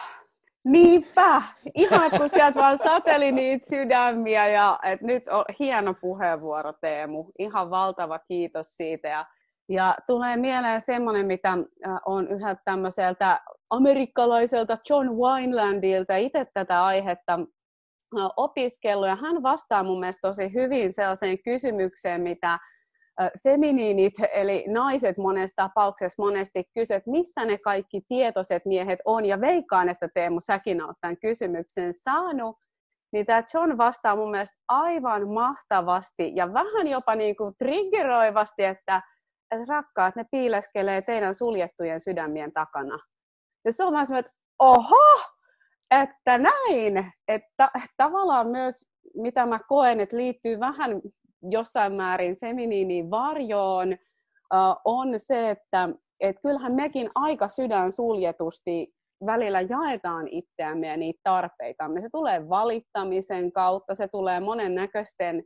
niinpä! Ihan kun sieltä vaan sateli niitä sydämiä ja nyt on hieno puheenvuoro, Teemu. Ihan valtava kiitos siitä. Ja tulee mieleen semmoinen, mitä on yhä tämmöiseltä amerikkalaiselta John Winelandilta itse tätä aihetta opiskellut. Ja hän vastaa mun mielestä tosi hyvin sellaiseen kysymykseen, mitä feminiinit, eli naiset monessa tapauksessa monesti kysyvät, että missä ne kaikki tietoiset miehet on. Ja veikkaan, että Teemu, säkin olet tämän kysymyksen saanut. Niin tämä John vastaa mun mielestä aivan mahtavasti ja vähän jopa niin kuin triggeroivasti, että rakkaat, ne piileskelee teidän suljettujen sydämien takana. Ja se on vaan semmoinen, että oho, että näin. Että tavallaan myös, mitä mä koen, että liittyy vähän jossain määrin feminiiniin varjoon, on se, että kyllähän mekin aika sydän suljetusti välillä jaetaan itseämme ja niitä tarpeitamme. Se tulee valittamisen kautta, se tulee monennäköisten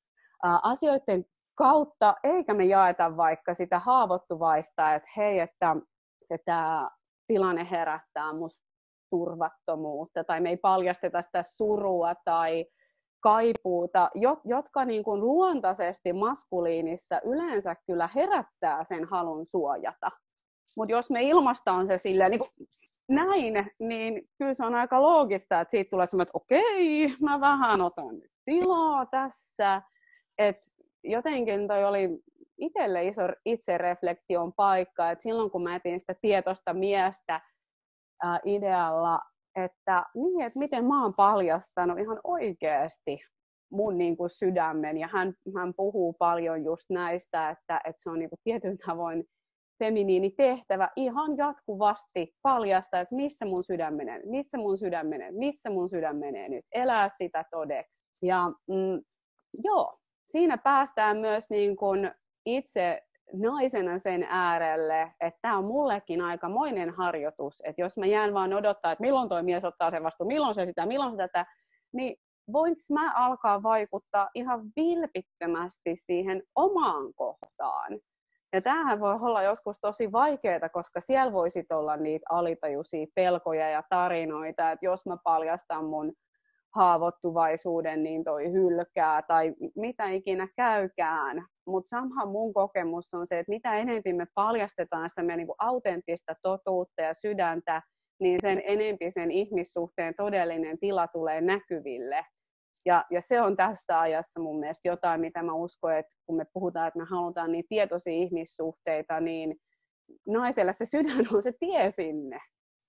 asioiden kautta, eikä me jaeta vaikka sitä haavoittuvaista, että hei, että tämä tilanne herättää musta turvattomuutta, tai me ei paljasteta sitä surua, tai kaipuuta, jotka niin kuin luontaisesti maskuliinissa yleensä kyllä herättää sen halun suojata. Mutta jos me ilmaistaan se silleen niin kuin näin, niin kyllä se on aika loogista, että siitä tulee semmoinen, että okei, mä vähän otan nyt tilaa tässä. Et jotenkin toi oli itselle iso itsereflektion paikka, että silloin kun mä etin sitä tietoista miestä idealla, että miten mä oon paljastanut ihan oikeasti mun niin kuin sydämen, ja hän puhuu paljon just näistä, että se on niin kuin tietyn tavoin feminiini tehtävä ihan jatkuvasti paljastaa, että missä mun sydän menee, missä mun sydän menee, missä mun sydän menee nyt, elää sitä todeksi. Ja joo, siinä päästään myös niin kuin itse naisena sen äärelle, että tämä on mullekin aikamoinen harjoitus, että jos mä jään vaan odottaa, että milloin toi mies ottaa sen vastuun, milloin se sitä, milloin se tätä, niin voinko mä alkaa vaikuttaa ihan vilpittömästi siihen omaan kohtaan. Ja tämähän voi olla joskus tosi vaikeaa, koska siellä voisi olla niitä alitajuisia pelkoja ja tarinoita, että jos mä paljastan mun haavoittuvaisuuden, niin toi hylkää tai mitä ikinä käykään. Mutta samalla mun kokemus on se, että mitä enemmän me paljastetaan sitä meidän niinku autenttista totuutta ja sydäntä, niin sen enemmän sen ihmissuhteen todellinen tila tulee näkyville. Ja se on tässä ajassa mun mielestä jotain, mitä mä uskon, että kun me puhutaan, että me halutaan niin tietoisia ihmissuhteita, niin naisella se sydän on se tie sinne.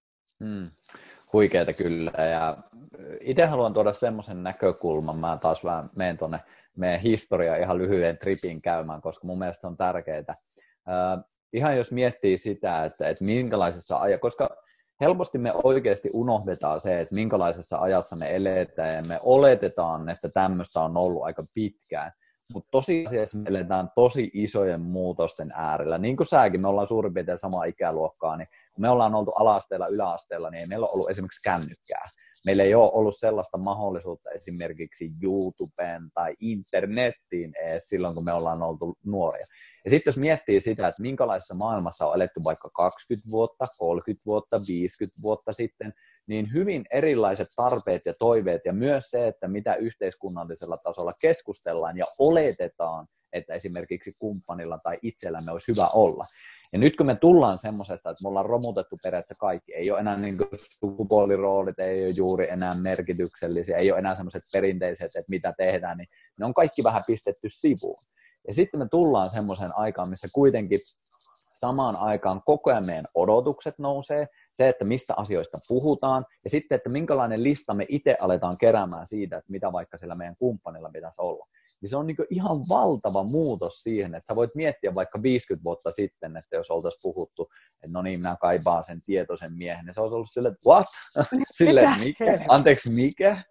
Huikeeta kyllä. Ja itse haluan tuoda semmoisen näkökulman, mä taas vähän menen tuonne meidän historiaan ihan lyhyen tripin käymään, koska mun mielestä se on tärkeää. Ihan jos miettii sitä, että minkälaisessa ajassa, koska helposti me oikeasti unohdetaan se, että minkälaisessa ajassa me eletään ja me oletetaan, että tämmöistä on ollut aika pitkään. Mutta tosiasiassa me eletään tosi isojen muutosten äärellä. Niin kuin säkin, me ollaan suurin piirtein samaa ikäluokkaa, niin kun me ollaan oltu ala-asteella, yläasteella, niin ei meillä ole ollut esimerkiksi kännykkää. Meillä ei ole ollut sellaista mahdollisuutta esimerkiksi YouTubeen tai internettiin edes silloin, kun me ollaan oltu nuoria. Ja sitten jos miettii sitä, että minkälaisessa maailmassa on eletty vaikka 20 vuotta, 30 vuotta, 50 vuotta sitten, niin hyvin erilaiset tarpeet ja toiveet ja myös se, että mitä yhteiskunnallisella tasolla keskustellaan ja oletetaan, että esimerkiksi kumppanilla tai itsellämme olisi hyvä olla. Ja nyt kun me tullaan semmoisesta, että me ollaan romutettu periaatteessa kaikki, ei ole enää niin kuin sukupuoliroolit, ei ole juuri enää merkityksellisiä, ei ole enää semmoiset perinteiset, että mitä tehdään, niin ne on kaikki vähän pistetty sivuun. Ja sitten me tullaan semmoiseen aikaan, missä kuitenkin samaan aikaan koko ajan meidän odotukset nousee, se, että mistä asioista puhutaan, ja sitten, että minkälainen lista me itse aletaan keräämään siitä, että mitä vaikka sillä meidän kumppanilla pitäisi olla. Niin se on niin kuin ihan valtava muutos siihen, että sä voit miettiä vaikka 50 vuotta sitten, että jos oltaisiin puhuttu, että no niin, minä kaipaan sen tietoisen miehen, niin se olisi ollut silleen, että what? Silleen, mikä? Anteeksi, mikä?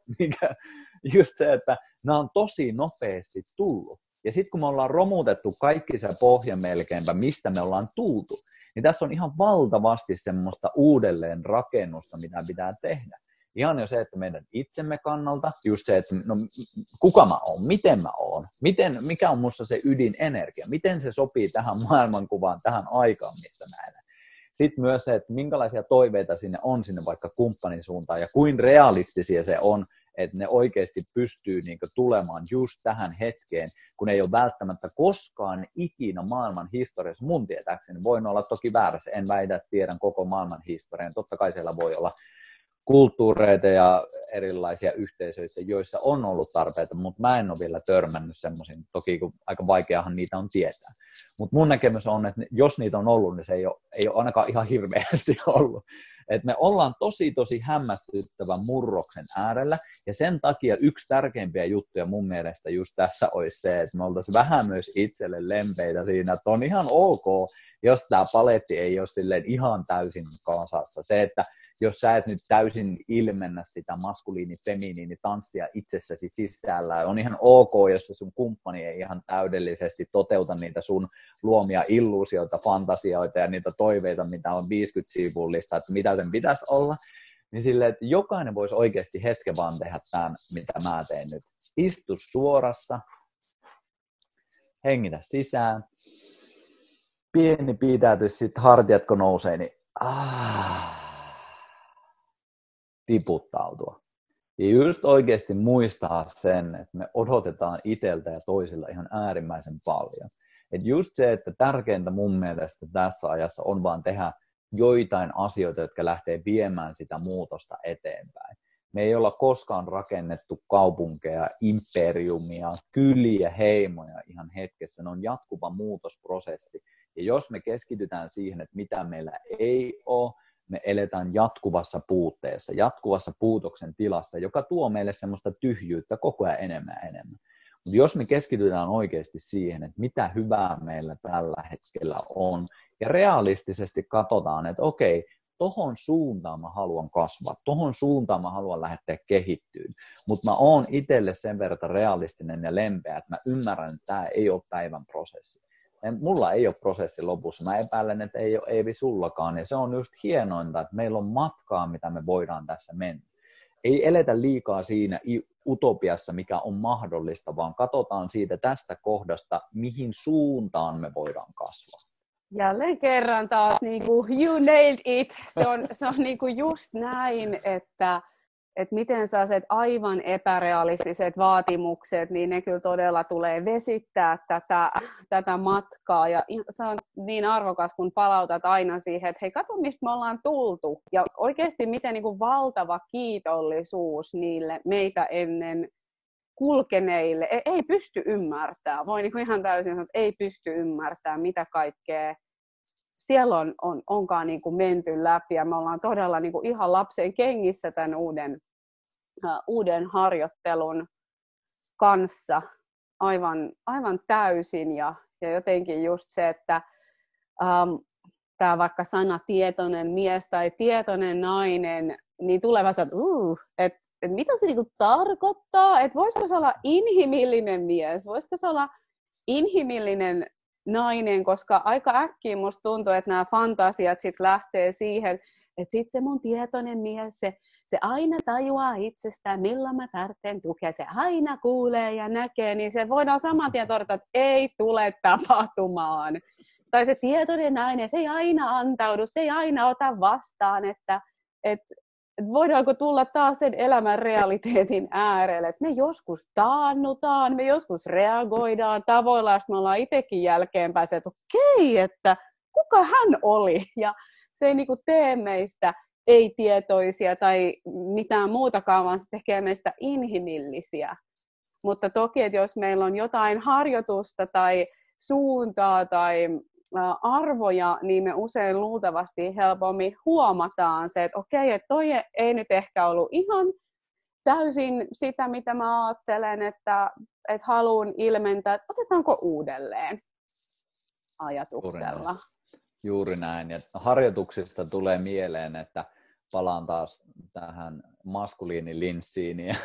Just se, että nämä on tosi nopeasti tullut. Ja sitten kun me ollaan romutettu kaikki se pohja melkeinpä, mistä me ollaan tultu, niin tässä on ihan valtavasti semmoista uudelleen rakennusta, mitä pitää tehdä. Ihan jo se, että meidän itsemme kannalta, just se, että no, kuka mä oon, miten mä oon, mikä on musta se ydinenergia, miten se sopii tähän maailmankuvaan, tähän aikaan, missä mä elän. Sitten myös se, että minkälaisia toiveita sinne on sinne vaikka kumppanin suuntaan ja kuin realistisia se on, että ne oikeasti pystyy niin kuin tulemaan just tähän hetkeen, kun ei ole välttämättä koskaan ikinä maailman historiassa, mun tietääkseni, voin olla toki väärässä, en väitä, että tiedän koko maailman historian, totta kai siellä voi olla kulttuureita ja erilaisia yhteisöjä, joissa on ollut tarpeita, mutta mä en ole vielä törmännyt semmoisiin, toki kun aika vaikeahan niitä on tietää. Mutta mun näkemys on, että jos niitä on ollut, niin se ei ole ainakaan ihan hirveästi ollut. Et me ollaan tosi hämmästyttävän murroksen äärellä, ja sen takia yksi tärkeimpiä juttuja mun mielestä just tässä olisi se, että me oltaisiin vähän myös itselle lempeitä siinä, että on ihan ok, jos tämä paletti ei ole silleen ihan täysin kasassa. Se, että jos sä et nyt täysin ilmennä sitä maskuliini-feminiini-tanssia itsessäsi sisällä, on ihan ok, jos sun kumppani ei ihan täydellisesti toteuta niitä sun luomia illuusioita, fantasioita ja niitä toiveita, mitä on 50 sivullista, että mitä sen pitäisi olla, niin silleen, että jokainen voisi oikeasti hetken vaan tehdä tämän, mitä mä teen nyt. Istu suorassa, hengitä sisään, pieni pidätys, sitten hartiat kun nousee, niin tiputtautua. Ja just oikeasti muistaa sen, että me odotetaan itseltä ja toisilla ihan äärimmäisen paljon. Et just se, että tärkeintä mun mielestä tässä ajassa on vaan tehdä joitain asioita, jotka lähtee viemään sitä muutosta eteenpäin. Me ei olla koskaan rakennettu kaupunkeja, imperiumia, kyliä, heimoja ihan hetkessä. Ne on jatkuva muutosprosessi. Ja jos me keskitytään siihen, että mitä meillä ei ole, me eletään jatkuvassa puutteessa, jatkuvassa puutoksen tilassa, joka tuo meille semmoista tyhjyyttä koko ajan enemmän ja enemmän. Mutta jos me keskitytään oikeasti siihen, että mitä hyvää meillä tällä hetkellä on, ja realistisesti katsotaan, että okei, tohon suuntaan mä haluan kasvaa, tohon suuntaan mä haluan lähteä kehittyyn, mutta mä oon itselle sen verran realistinen ja lempeä, että mä ymmärrän, että tämä ei ole päivän prosessi. Mulla ei ole prosessi lopussa, mä epäilen, että ei ole Eevi sullakaan, ja se on just hienointa, että meillä on matkaa, mitä me voidaan tässä mennä. Ei eletä liikaa siinä utopiassa, mikä on mahdollista, vaan katsotaan siitä tästä kohdasta, mihin suuntaan me voidaan kasvaa. Jälleen kerran taas, niin kuin, you nailed it. Se on niin kuin just näin, että miten sellaiset aivan epärealistiset vaatimukset, niin ne kyllä todella tulee vesittää tätä matkaa. Ja se on niin arvokas, kun palautat aina siihen, että hei, katso, mistä me ollaan tultu. Ja oikeasti miten niin kuin valtava kiitollisuus niille meitä ennen kulkeneille. Ei pysty ymmärtämään. Voi niin kuin ihan täysin sanoa, että ei pysty ymmärtämään, mitä kaikkea siellä onkaan niin kuin menty läpi. Ja me ollaan todella niin kuin ihan lapsen kengissä tämän uuden harjoittelun kanssa aivan täysin. Ja jotenkin just se, että tämä vaikka sana tietoinen mies tai tietoinen nainen, niin tulevassa, että mitä se niinku tarkoittaa, että voisiko se olla inhimillinen mies, voisiko se olla inhimillinen nainen, koska aika äkkiä musta tuntuu, että nämä fantasiat sitten lähtee siihen, että sitten se mun tietoinen mies, se aina tajuaa itsestään, milloin mä tarvitsen tukea, se aina kuulee ja näkee, niin se voidaan saman tien todeta, että ei tule tapahtumaan. Tai se tietoinen nainen, se ei aina antaudu, se ei aina ota vastaan, että voidaanko tulla taas sen elämän realiteetin äärelle, että me joskus taannutaan, me joskus reagoidaan tavoilla, joista me ollaan itsekin jälkeenpäin se, että okei, että kuka hän oli, ja se ei niinku tee meistä ei-tietoisia tai mitään muutakaan, vaan se tekee meistä inhimillisiä. Mutta toki, että jos meillä on jotain harjoitusta tai suuntaa tai arvoja, niin me usein luultavasti helpommin huomataan se, että okei, että toi ei nyt ehkä ollut ihan täysin sitä, mitä mä ajattelen, että haluan ilmentää, että otetaanko uudelleen ajatuksella. Juuri näin. Ja harjoituksista tulee mieleen, että palaan taas tähän maskuliinilinssiin ja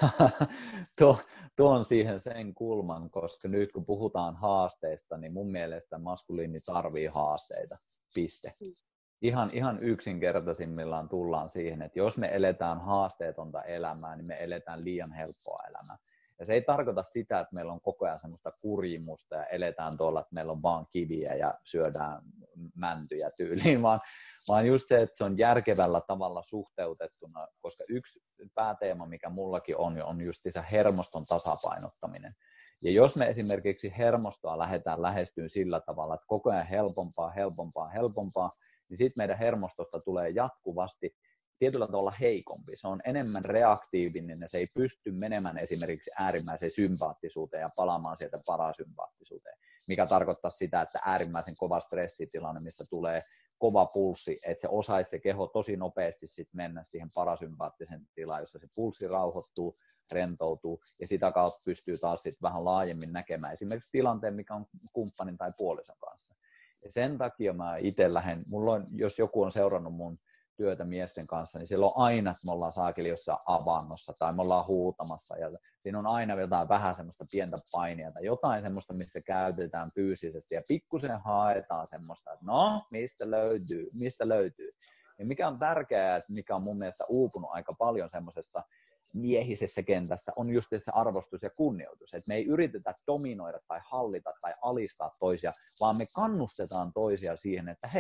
tuon siihen sen kulman, koska nyt kun puhutaan haasteista, niin mun mielestä maskuliini tarvii haasteita, piste. Ihan yksinkertaisimmillaan tullaan siihen, että jos me eletään haasteetonta elämää, niin me eletään liian helppoa elämää. Ja se ei tarkoita sitä, että meillä on koko ajan semmoista kurjimusta ja eletään tuolla, että meillä on vaan kiviä ja syödään mäntyjä tyyliin, vaan just se, että se on järkevällä tavalla suhteutettuna, koska yksi pääteema, mikä mullakin on just se hermoston tasapainottaminen. Ja jos me esimerkiksi hermostoa lähdetään lähestyyn sillä tavalla, että koko ajan helpompaa, niin sitten meidän hermostosta tulee jatkuvasti tietyllä tavalla heikompi. Se on enemmän reaktiivinen ja se ei pysty menemään esimerkiksi äärimmäiseen sympaattisuuteen ja palaamaan sieltä parasympaattisuuteen, mikä tarkoittaa sitä, että äärimmäisen kova stressitilanne, missä tulee kova pulssi, että se osaisi se keho tosi nopeasti sit mennä siihen parasympaattisen tilaan, jossa se pulssi rauhoittuu, rentoutuu ja sitä kautta pystyy taas sit vähän laajemmin näkemään esimerkiksi tilanteen, mikä on kumppanin tai puolison kanssa. Ja sen takia mä itse jos joku on seurannut mun työtä miesten kanssa, niin siellä on aina, että me ollaan saakeli jossain avannossa tai me ollaan huutamassa ja siinä on aina jotain vähän semmoista pientä painia tai jotain semmoista, missä käytetään fyysisesti ja pikkusen haetaan semmoista, että no, mistä löytyy. Ja mikä on tärkeää, että mikä on mun mielestä uupunut aika paljon semmoisessa miehisessä kentässä, on just se arvostus ja kunnioitus, että me ei yritetä dominoida tai hallita tai alistaa toisia, vaan me kannustetaan toisia siihen, että hei,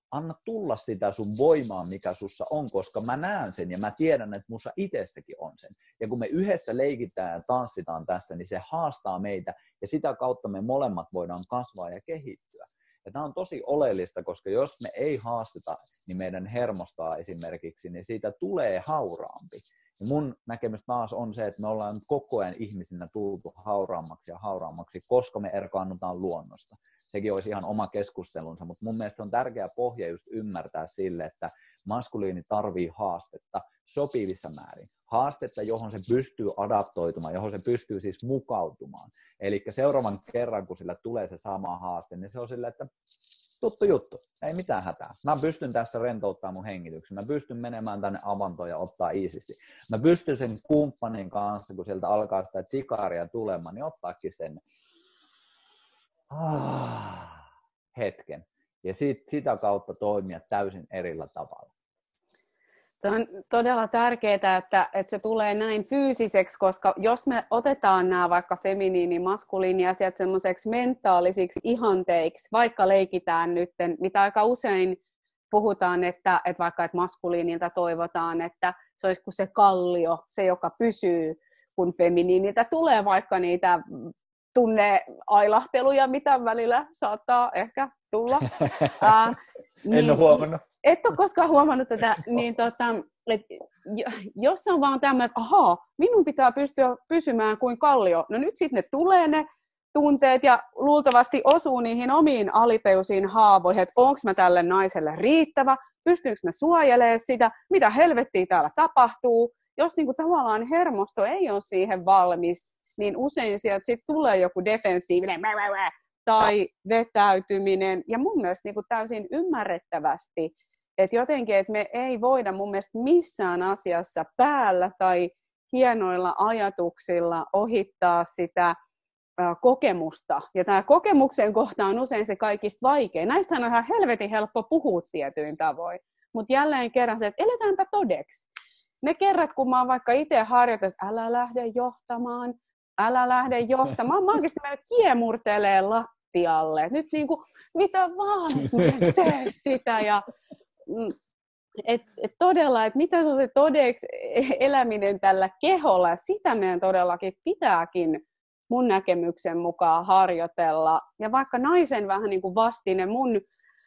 anna tulla sitä sun voimaa, mikä sussa on, koska mä näen sen ja mä tiedän, että mussa itsessäkin on sen. Ja kun me yhdessä leikitään ja tanssitaan tässä, niin se haastaa meitä ja sitä kautta me molemmat voidaan kasvaa ja kehittyä. Ja tämä on tosi oleellista, koska jos me ei haasteta, niin meidän hermostaa esimerkiksi, niin siitä tulee hauraampi. Ja mun näkemys taas on se, että me ollaan koko ajan ihmisinä tultu hauraammaksi ja hauraammaksi, koska me erkaannutaan luonnosta. Sekin olisi ihan oma keskustelunsa, mutta mun mielestä se on tärkeä pohja just ymmärtää sille, että maskuliini tarvii haastetta sopivissa määrin. Haastetta, johon se pystyy adaptoitumaan, johon se pystyy siis mukautumaan. Eli seuraavan kerran, kun sillä tulee se sama haaste, niin se on sillä, että tuttu juttu, ei mitään hätää. Mä pystyn tässä rentouttamaan mun hengityksen, mä pystyn menemään tänne avantoon ja ottaa iisisti. Mä pystyn sen kumppanin kanssa, kun sieltä alkaa sitä tikaria tulemaan, niin ottaakin sen hetken. Ja sitä kautta toimia täysin erillä tavalla. Tämä on todella tärkeää, että se tulee näin fyysiseksi, koska jos me otetaan nämä vaikka feminiini, maskuliini asiat semmoiseksi mentaalisiksi ihanteiksi, vaikka leikitään nyt, mitä aika usein puhutaan, että vaikka että maskuliinilta toivotaan, että se olisi kuin se kallio, se joka pysyy, kun feminiiniltä tulee vaikka niitä tunneailahteluja, mitä välillä saattaa ehkä tulla. En ole huomannut. Et ole koskaan huomannut tätä, niin jos on vaan tämmöinen, että minun pitää pystyä pysymään kuin kallio, no nyt sitten ne tulee ne tunteet ja luultavasti osuu niihin omiin alipeusiin haavoihin, että onko mä tälle naiselle riittävä, pystyykö mä suojelemaan sitä, mitä helvettiä täällä tapahtuu. Jos niinku tavallaan hermosto ei ole siihen valmis, niin usein sieltä sit tulee joku defensiivinen tai vetäytyminen. Ja mun mielestä niin kuin täysin ymmärrettävästi, että jotenkin, että me ei voida mun mielestä missään asiassa päällä tai hienoilla ajatuksilla ohittaa sitä kokemusta. Ja tämä kokemuksen kohta on usein se kaikista vaikein. Näistähän on ihan helvetin helppo puhua tietyin tavoin. Mutta jälleen kerran se, että eletäänpä todeksi. Ne kerrat, kun mä oon vaikka itse harjoitellut, että älä lähde johtamaan. Mä oikeasti menen kiemurtelee lattialle. Nyt niinku, mitä vaan, että tee sitä. Ja, todella, että mitä se on se todeksi eläminen tällä keholla. Sitä meidän todellakin pitääkin mun näkemyksen mukaan harjoitella. Ja vaikka naisen vähän niin kuin vastine mun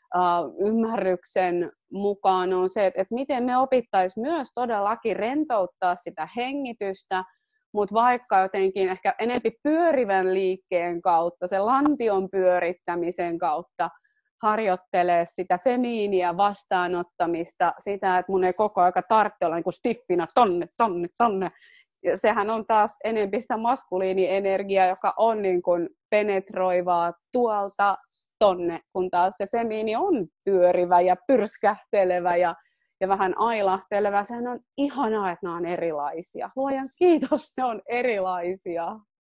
ymmärryksen mukaan on se, että miten me opittaisiin myös todellakin rentouttaa sitä hengitystä, mutta vaikka jotenkin ehkä enempi pyörivän liikkeen kautta, se lantion pyörittämisen kautta harjoittelee sitä femiiniä vastaanottamista, sitä, että mun ei koko aika tarvitse olla niin kuin stiffinä tonne. Ja sehän on taas enempi sitä maskuliinienergiaa, joka on niin kuin penetroivaa tuolta tonne, kun taas se femiini on pyörivä ja pyrskähtelevä ja vähän ailahteleva. Sehän on ihanaa, että ne on erilaisia. Luojan kiitos, ne on erilaisia.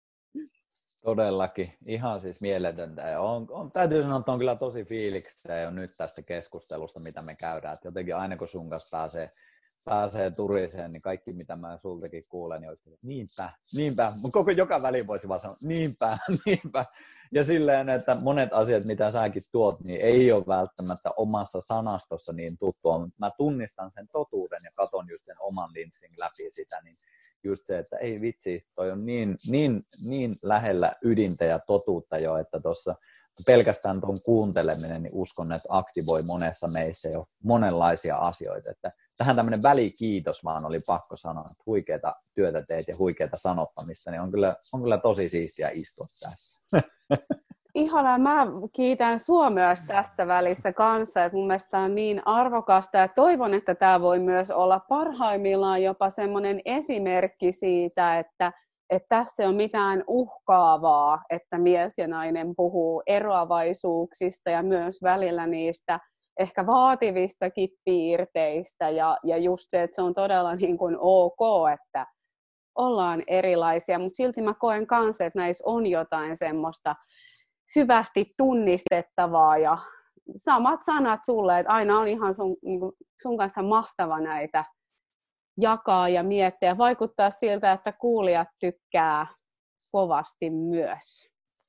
Todellakin. Ihan siis mieletöntä. Ja täytyy sanoa, että on kyllä tosi fiiliksiä jo nyt tästä keskustelusta, mitä me käydään. Että jotenkin aina kun sun kanssa pääsee turiseen, niin kaikki mitä mä sultakin kuulen, niin olisi, että niinpä. Koko joka väli voisi vaan sanoa, niinpä. Ja silleen, että monet asiat, mitä säkin tuot, niin ei ole välttämättä omassa sanastossa niin tuttua, mutta mä tunnistan sen totuuden ja katon just sen oman linssin läpi sitä, niin just se, että ei vitsi, toi on niin lähellä ydintä ja totuutta jo, että tuossa pelkästään tuon kuunteleminen, niin uskon, että aktivoi monessa meissä jo monenlaisia asioita. Että tähän tämmöinen välikiitos vaan oli pakko sanoa, että huikeata työtä teet ja huikeata sanottamista, niin on kyllä tosi siistiä istua tässä. Ihanaa, mä kiitän sua myös tässä välissä kanssa, että mun mielestä tämä on niin arvokasta ja toivon, että tämä voi myös olla parhaimmillaan jopa semmoinen esimerkki siitä, että tässä ei ole mitään uhkaavaa, että mies ja nainen puhuu eroavaisuuksista ja myös välillä niistä ehkä vaativistakin piirteistä ja just se, että se on todella niin kuin ok, että ollaan erilaisia, mutta silti mä koen kanssa, että näissä on jotain semmoista syvästi tunnistettavaa ja samat sanat sulle, että aina on ihan sun kanssa mahtava näitä jakaa ja miettiä. Vaikuttaa siltä, että kuulijat tykkää kovasti myös.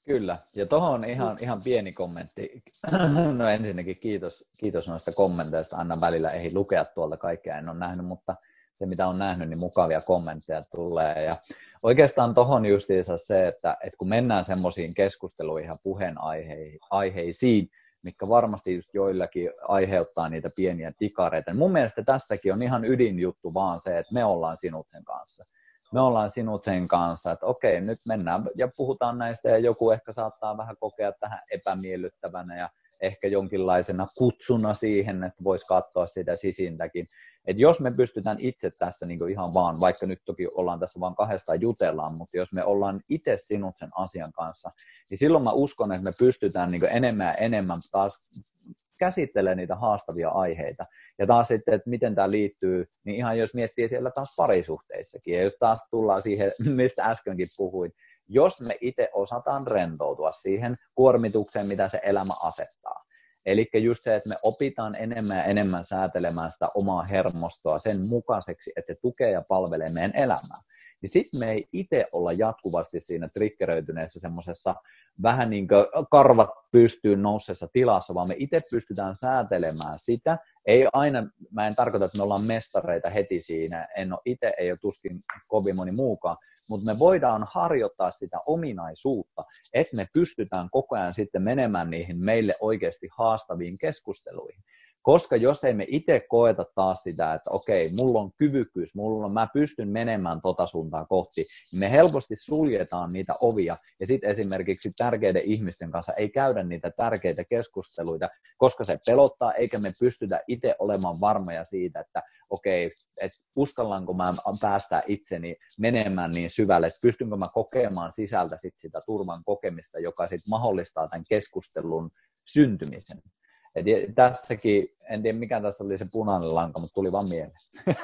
Kyllä, ja tuohon on ihan pieni kommentti. No ensinnäkin kiitos noista kommenteista. Aina välillä ei lukea tuolta kaikkea, en ole nähnyt, mutta se mitä on nähnyt, niin mukavia kommentteja tulee. Ja oikeastaan tuohon justiinsa se, että kun mennään semmoisiin keskusteluihin ja puheenaiheisiin, mitkä varmasti just joillakin aiheuttaa niitä pieniä tikareita. Mun mielestä tässäkin on ihan ydinjuttu vaan se, että me ollaan sinut sen kanssa. Me ollaan sinut sen kanssa, että okei, nyt mennään ja puhutaan näistä ja joku ehkä saattaa vähän kokea tähän epämiellyttävänä ja ehkä jonkinlaisena kutsuna siihen, että voisi katsoa sitä sisintäkin. Että jos me pystytään itse tässä niin ihan vaan, vaikka nyt toki ollaan tässä vaan kahdestaan jutellaan, mutta jos me ollaan itse sinut sen asian kanssa, niin silloin mä uskon, että me pystytään niin enemmän ja enemmän taas käsittelemään niitä haastavia aiheita. Ja taas sitten, että miten tämä liittyy, niin ihan jos miettii siellä taas parisuhteissakin, ja jos taas tullaan siihen, mistä äskenkin puhuin, jos me itse osataan rentoutua siihen kuormitukseen, mitä se elämä asettaa. Eli just se, että me opitaan enemmän ja enemmän säätelemään sitä omaa hermostoa sen mukaiseksi, että se tukee ja palvelee meidän elämää. Niin sitten me ei itse olla jatkuvasti siinä triggeröityneessä semmoisessa vähän niin kuin karvat pystyyn nousseessa tilassa, vaan me itse pystytään säätelemään sitä. Ei aina, mä en tarkoita, että me ollaan mestareita heti siinä, en ole itse, ei ole tuskin kovin moni muukaan, mutta me voidaan harjoittaa sitä ominaisuutta, että me pystytään koko ajan sitten menemään niihin meille oikeasti haastaviin keskusteluihin. Koska jos ei me itse koeta taas sitä, että okei, mulla on kyvykkyys, mä pystyn menemään tota suuntaan kohti, niin me helposti suljetaan niitä ovia ja sitten esimerkiksi tärkeiden ihmisten kanssa ei käydä niitä tärkeitä keskusteluita, koska se pelottaa, eikä me pystytä itse olemaan varmoja siitä, että okei, että uskallanko mä päästää itseni menemään niin syvälle, että pystynkö mä kokemaan sisältä sitä turvan kokemista, joka sitten mahdollistaa tämän keskustelun syntymisen. Et tässäkin, en tiedä mikä tässä oli se punainen lanka, mutta tuli vaan mieleen.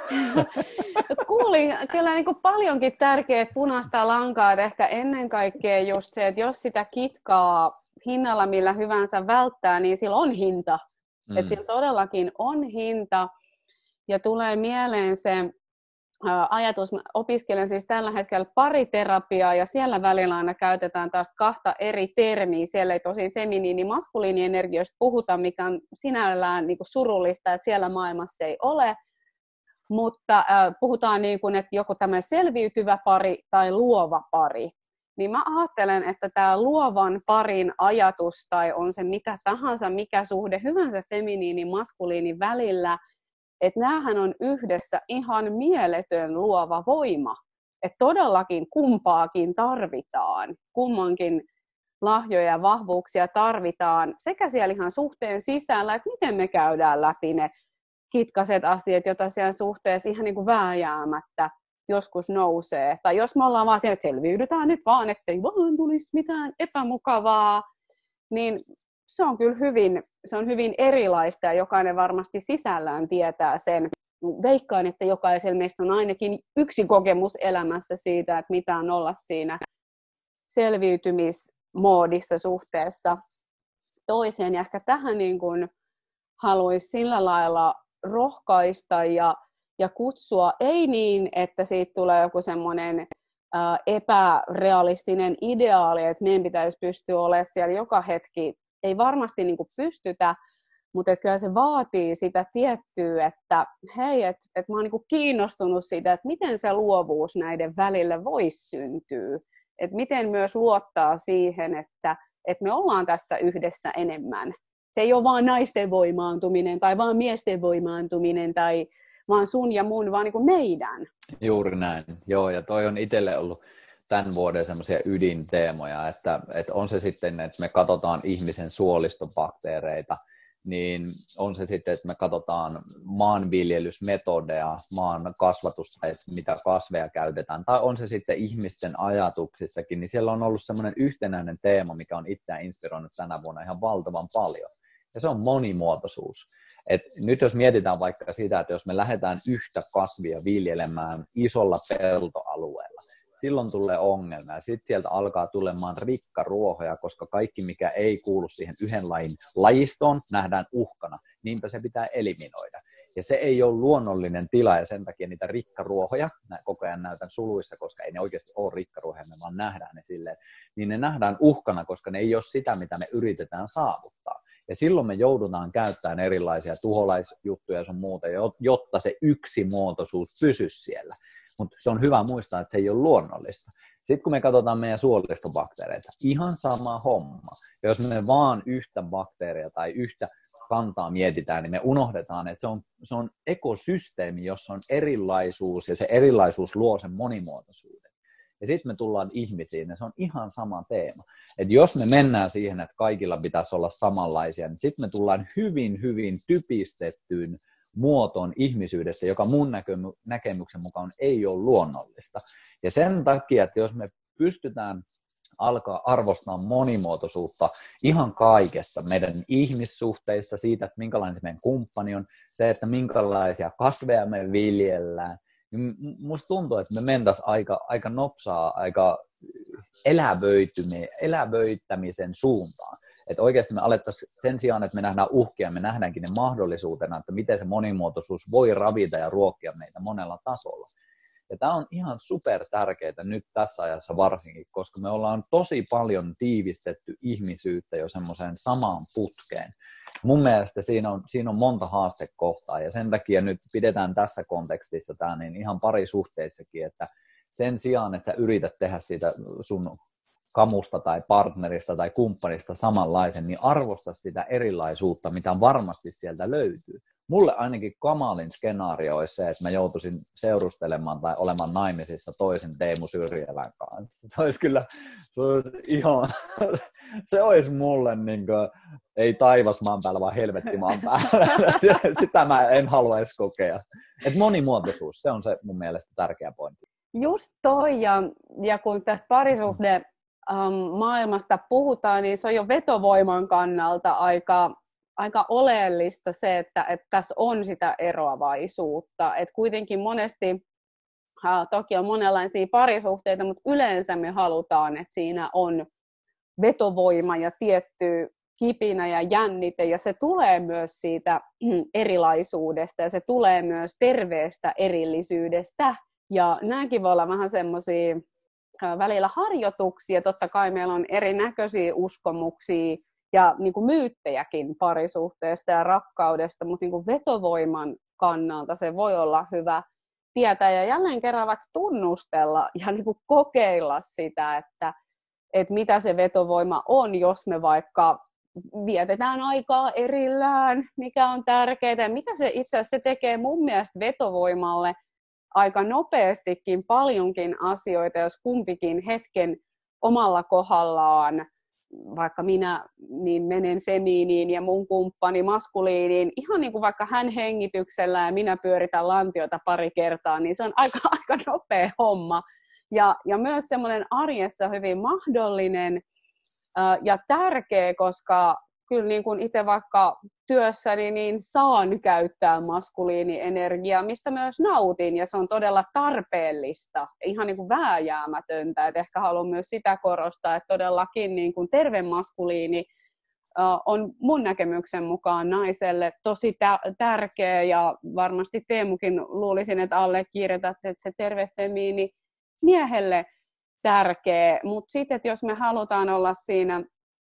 Kuulin kyllä niin kuin paljonkin tärkeät punaista lankaa, että ehkä ennen kaikkea just se, että jos sitä kitkaa hinnalla millä hyvänsä välttää, niin sillä on hinta. Että sillä todellakin on hinta ja tulee mieleen se ajatus, mä opiskelen siis tällä hetkellä pariterapiaa ja siellä välillä aina käytetään taas kahta eri termiä. Siellä ei tosin feminiini- maskuliinienergioista puhuta, mikä on sinällään niin kuin surullista, että siellä maailmassa ei ole. Mutta puhutaan niin kuin, että joku tämmöinen selviytyvä pari tai luova pari. Niin mä ajattelen, että tämä luovan parin ajatus tai on se mitä tahansa, mikä suhde hyvänsä feminiini- maskuliini välillä, että näähän on yhdessä ihan mieletön luova voima. Että todellakin kumpaakin tarvitaan. Kummankin lahjoja ja vahvuuksia tarvitaan sekä siellä ihan suhteen sisällä, että miten me käydään läpi ne kitkaset asiat, joita siellä suhteessa ihan niin kuin vääjäämättä joskus nousee. Tai jos me ollaan vaan siellä, että selviydytään nyt vaan, ettei vaan tulisi mitään epämukavaa, niin se on kyllä hyvin erilaista ja jokainen varmasti sisällään tietää sen. Veikkaan, että jokaisella meistä on ainakin yksi kokemus elämässä siitä, että mitä on olla siinä selviytymismoodissa suhteessa toiseen. Ja ehkä tähän niin kuin haluaisi sillä lailla rohkaista ja kutsua, ei niin, että siitä tulee joku semmoinen epärealistinen ideaali, että meidän pitäisi pystyä olemaan siellä joka hetki. Ei varmasti niin kuin pystytä, mutta kyllä se vaatii sitä tiettyä, että hei, että mä oon niin kuin kiinnostunut siitä, että miten se luovuus näiden välille voisi syntyä. Että miten myös luottaa siihen, että me ollaan tässä yhdessä enemmän. Se ei ole vaan naisten voimaantuminen tai vaan miesten voimaantuminen tai vaan sun ja mun, vaan niin kuin meidän. Juuri näin. Joo, ja toi on itselle ollut tämän vuoden semmoisia ydinteemoja, että on se sitten, että me katsotaan ihmisen suolistobakteereita, niin on se sitten, että me katsotaan maanviljelysmetodeja, maan kasvatusta, että mitä kasveja käytetään, tai on se sitten ihmisten ajatuksissakin, niin siellä on ollut semmoinen yhtenäinen teema, mikä on itseään inspiroinut tänä vuonna ihan valtavan paljon, ja se on monimuotoisuus. Et nyt jos mietitään vaikka sitä, että jos me lähdetään yhtä kasvia viljelemään isolla peltoalueella, silloin tulee ongelmia ja sitten sieltä alkaa tulemaan rikkaruohoja, koska kaikki mikä ei kuulu siihen yhden lajin lajistoon nähdään uhkana, niinpä se pitää eliminoida. Ja se ei ole luonnollinen tila, ja sen takia niitä rikkaruohoja, koko ajan näytän suluissa, koska ei ne oikeasti ole rikkaruohoja, me vaan nähdään ne silleen, niin ne nähdään uhkana, koska ne ei ole sitä, mitä me yritetään saavuttaa. Ja silloin me joudutaan käyttämään erilaisia tuholaisjuttuja ja sun muuta, jotta se yksimuotoisuus pysyisi siellä. Mutta se on hyvä muistaa, että se ei ole luonnollista. Sitten kun me katsotaan meidän suolistobakteereita, ihan sama homma. Ja jos me vaan yhtä bakteeria tai yhtä kantaa mietitään, niin me unohdetaan, että se on ekosysteemi, jossa on erilaisuus, ja se erilaisuus luo sen monimuotoisuuden. Ja sitten me tullaan ihmisiin, ja se on ihan sama teema. Että jos me mennään siihen, että kaikilla pitäisi olla samanlaisia, niin sitten me tullaan hyvin, hyvin typistettyyn muotoon ihmisyydestä, joka mun näkemyksen mukaan ei ole luonnollista. Ja sen takia, että jos me pystytään alkaa arvostaa monimuotoisuutta ihan kaikessa, meidän ihmissuhteissa, siitä, että minkälainen se meidän kumppani on, se, että minkälaisia kasveja me viljellään, niin musta tuntuu, että me mentäisiin aika nopsaa, aika elävöittämisen suuntaan. Että oikeasti me alettaisiin sen sijaan, että me nähdään uhkia, me nähdäänkin ne mahdollisuutena, että miten se monimuotoisuus voi ravita ja ruokkia meitä monella tasolla. Ja tämä on ihan super tärkeää nyt tässä ajassa varsinkin, koska me ollaan tosi paljon tiivistetty ihmisyyttä jo semmoiseen samaan putkeen. Mun mielestä siinä on monta haastekohtaa, ja sen takia nyt pidetään tässä kontekstissa tämä niin ihan parisuhteissakin, että sen sijaan, että sä yrität tehdä siitä sun kamusta tai partnerista tai kumppanista samanlaisen, niin arvosta sitä erilaisuutta, mitä varmasti sieltä löytyy. Mulle ainakin kamalin skenaario olisi se, että mä joutuisin seurustelemaan tai olemaan naimisissa toisen Teemu Syrjälän kanssa. Se olisi mulle niin kuin, ei taivas maan päällä, vaan helvetti maan päällä. Sitä mä en halua edes kokea. Et monimuotoisuus, se on se mun mielestä tärkeä pointti. Just toi, ja kun tästä parisuhde maailmasta puhutaan, niin se on jo vetovoiman kannalta aika oleellista se, että tässä on sitä eroavaisuutta. Et kuitenkin monesti, toki on monenlaisia parisuhteita, mutta yleensä me halutaan, että siinä on vetovoima ja tietty kipinä ja jännite, ja se tulee myös siitä erilaisuudesta, ja se tulee myös terveestä erillisyydestä. Ja nämäkin voi olla vähän semmoisia välillä harjoituksia. Totta kai meillä on erinäköisiä uskomuksia ja niin kuin myyttejäkin parisuhteesta ja rakkaudesta, mutta niin kuin vetovoiman kannalta se voi olla hyvä tietää ja jälleen kerran vaikka tunnustella ja niin kuin kokeilla sitä, että mitä se vetovoima on, jos me vaikka vietetään aikaa erillään, mikä on tärkeää ja mikä se itse asiassa se tekee mun mielestä vetovoimalle aika nopeastikin paljonkin asioita, jos kumpikin hetken omalla kohdallaan, vaikka minä niin menen femiiniin ja mun kumppani maskuliiniin, ihan niin kuin vaikka hän hengityksellä ja minä pyöritän lantiota pari kertaa, niin se on aika nopea homma. Ja myös semmoinen arjessa hyvin mahdollinen ja tärkeä, koska kyllä niin kuin itse vaikka työssäni niin saan käyttää maskuliinienergiaa, mistä myös nautin, ja se on todella tarpeellista, ihan niin kuin vääjäämätöntä. Et ehkä haluan myös sitä korostaa, että todellakin niin kuin terve maskuliini on mun näkemyksen mukaan naiselle tosi tärkeä, ja varmasti Teemukin luulisin, että allekirjoitat, että se terve femiini miehelle tärkeä, mutta sitten, että jos me halutaan olla siinä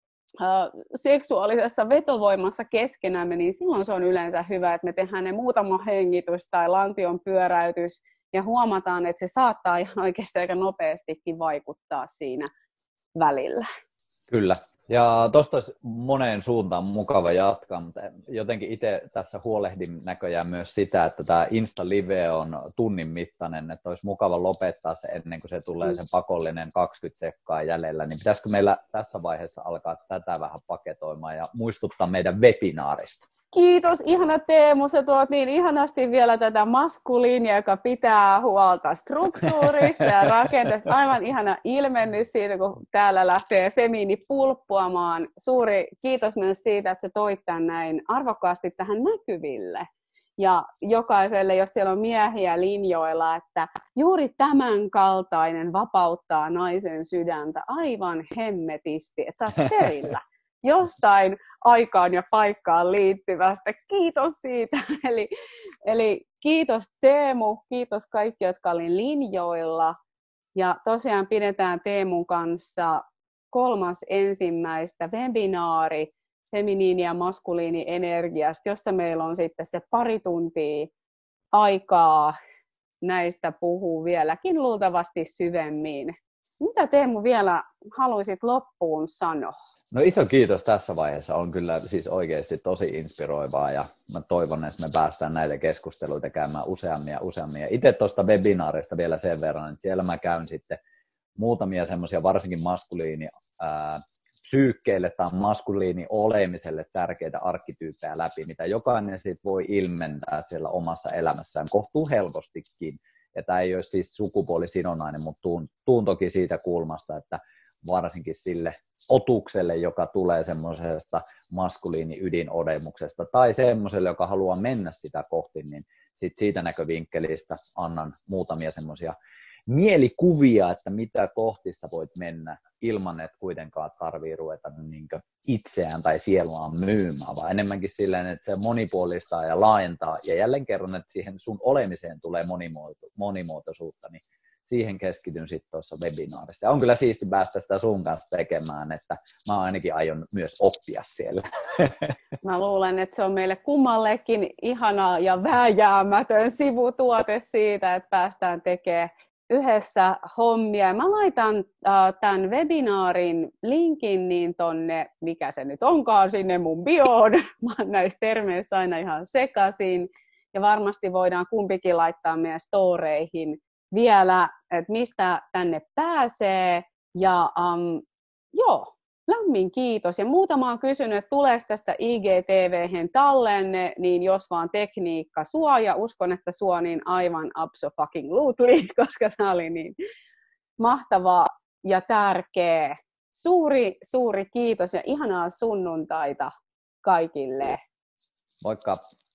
seksuaalisessa vetovoimassa keskenämme, niin silloin se on yleensä hyvä, että me tehdään ne muutama hengitys tai lantion pyöräytys ja huomataan, että se saattaa ihan oikeasti aika nopeastikin vaikuttaa siinä välillä. Kyllä. Ja tuosta olisi moneen suuntaan mukava jatkaa, mutta jotenkin itse tässä huolehdin näköjään myös sitä, että tämä Insta-live on tunnin mittainen, että olisi mukava lopettaa se ennen kuin se tulee sen pakollinen 20 sekkaa jäljellä, niin pitäisikö meillä tässä vaiheessa alkaa tätä vähän paketoimaan ja muistuttaa meidän webinaarista? Kiitos, ihana Teemu. Sä tuot niin ihanasti vielä tätä maskuliinia, joka pitää huolta struktuurista ja rakenteesta. Aivan ihana ilmennys siitä, kun täällä lähtee femiini pulppuamaan. Suuri kiitos myös siitä, että sä toit tämän näin arvokkaasti tähän näkyville. Ja jokaiselle, jos siellä on miehiä linjoilla, että juuri tämän kaltainen vapauttaa naisen sydäntä aivan hemmetisti, että sä oot perillä. jostain aikaan ja paikkaan liittyvästä. Kiitos siitä. Eli kiitos Teemu, kiitos kaikki, jotka oli linjoilla. Ja tosiaan pidetään Teemun kanssa 3.1. webinaari feminiini- ja maskuliini-energiasta, jossa meillä on sitten se pari tuntia aikaa näistä puhuu vieläkin luultavasti syvemmin. Mitä Teemu vielä haluaisit loppuun sanoa? No iso kiitos tässä vaiheessa. On kyllä siis oikeasti tosi inspiroivaa ja mä toivon, että me päästään näitä keskusteluita käymään useammin ja useammin. Ja itse tuosta webinaarista vielä sen verran, että siellä mä käyn sitten muutamia semmoisia varsinkin psyykkeille tai maskuliini olemiselle tärkeitä arkkityyppejä läpi, mitä jokainen siitä voi ilmentää siellä omassa elämässään kohtuu helpostikin. Ja tämä ei ole siis sukupuolisidonnainen, mutta tuun toki siitä kulmasta, että varsinkin sille otukselle, joka tulee semmoisesta maskuliini-ydinolemuksesta, tai semmoiselle, joka haluaa mennä sitä kohti, niin siitä näkövinkkelistä annan muutamia semmoisia mielikuvia, että mitä kohti sä voit mennä ilman, että kuitenkaan tarvii ruveta itseään tai sieluaan myymään, vaan enemmänkin silleen, että se monipuolistaa ja laajentaa, ja jälleen kerran, että siihen sun olemiseen tulee monimuotoisuutta, niin siihen keskityn sitten tuossa webinaarissa. Ja on kyllä siisti päästä sitä sun kanssa tekemään, että mä ainakin aion myös oppia siellä. Mä luulen, että se on meille kummallekin ihana ja vääjäämätön sivutuote siitä, että päästään tekemään yhdessä hommia. Mä laitan tämän webinaarin linkin niin tonne, mikä se nyt onkaan, sinne mun bioon. Mä oon näissä termeissä aina ihan sekaisin. Ja varmasti voidaan kumpikin laittaa meidän storeihin vielä, että mistä tänne pääsee. Ja joo, lämmin kiitos. Ja muutama on kysynyt, että tuleeko tästä IGTV:hen tallenne, niin jos vaan tekniikka suo, ja uskon, että suo niin aivan abso-fucking-lutely, koska tämä oli niin mahtava ja tärkeä. Suuri kiitos ja ihanaa sunnuntaita kaikille. Moikka!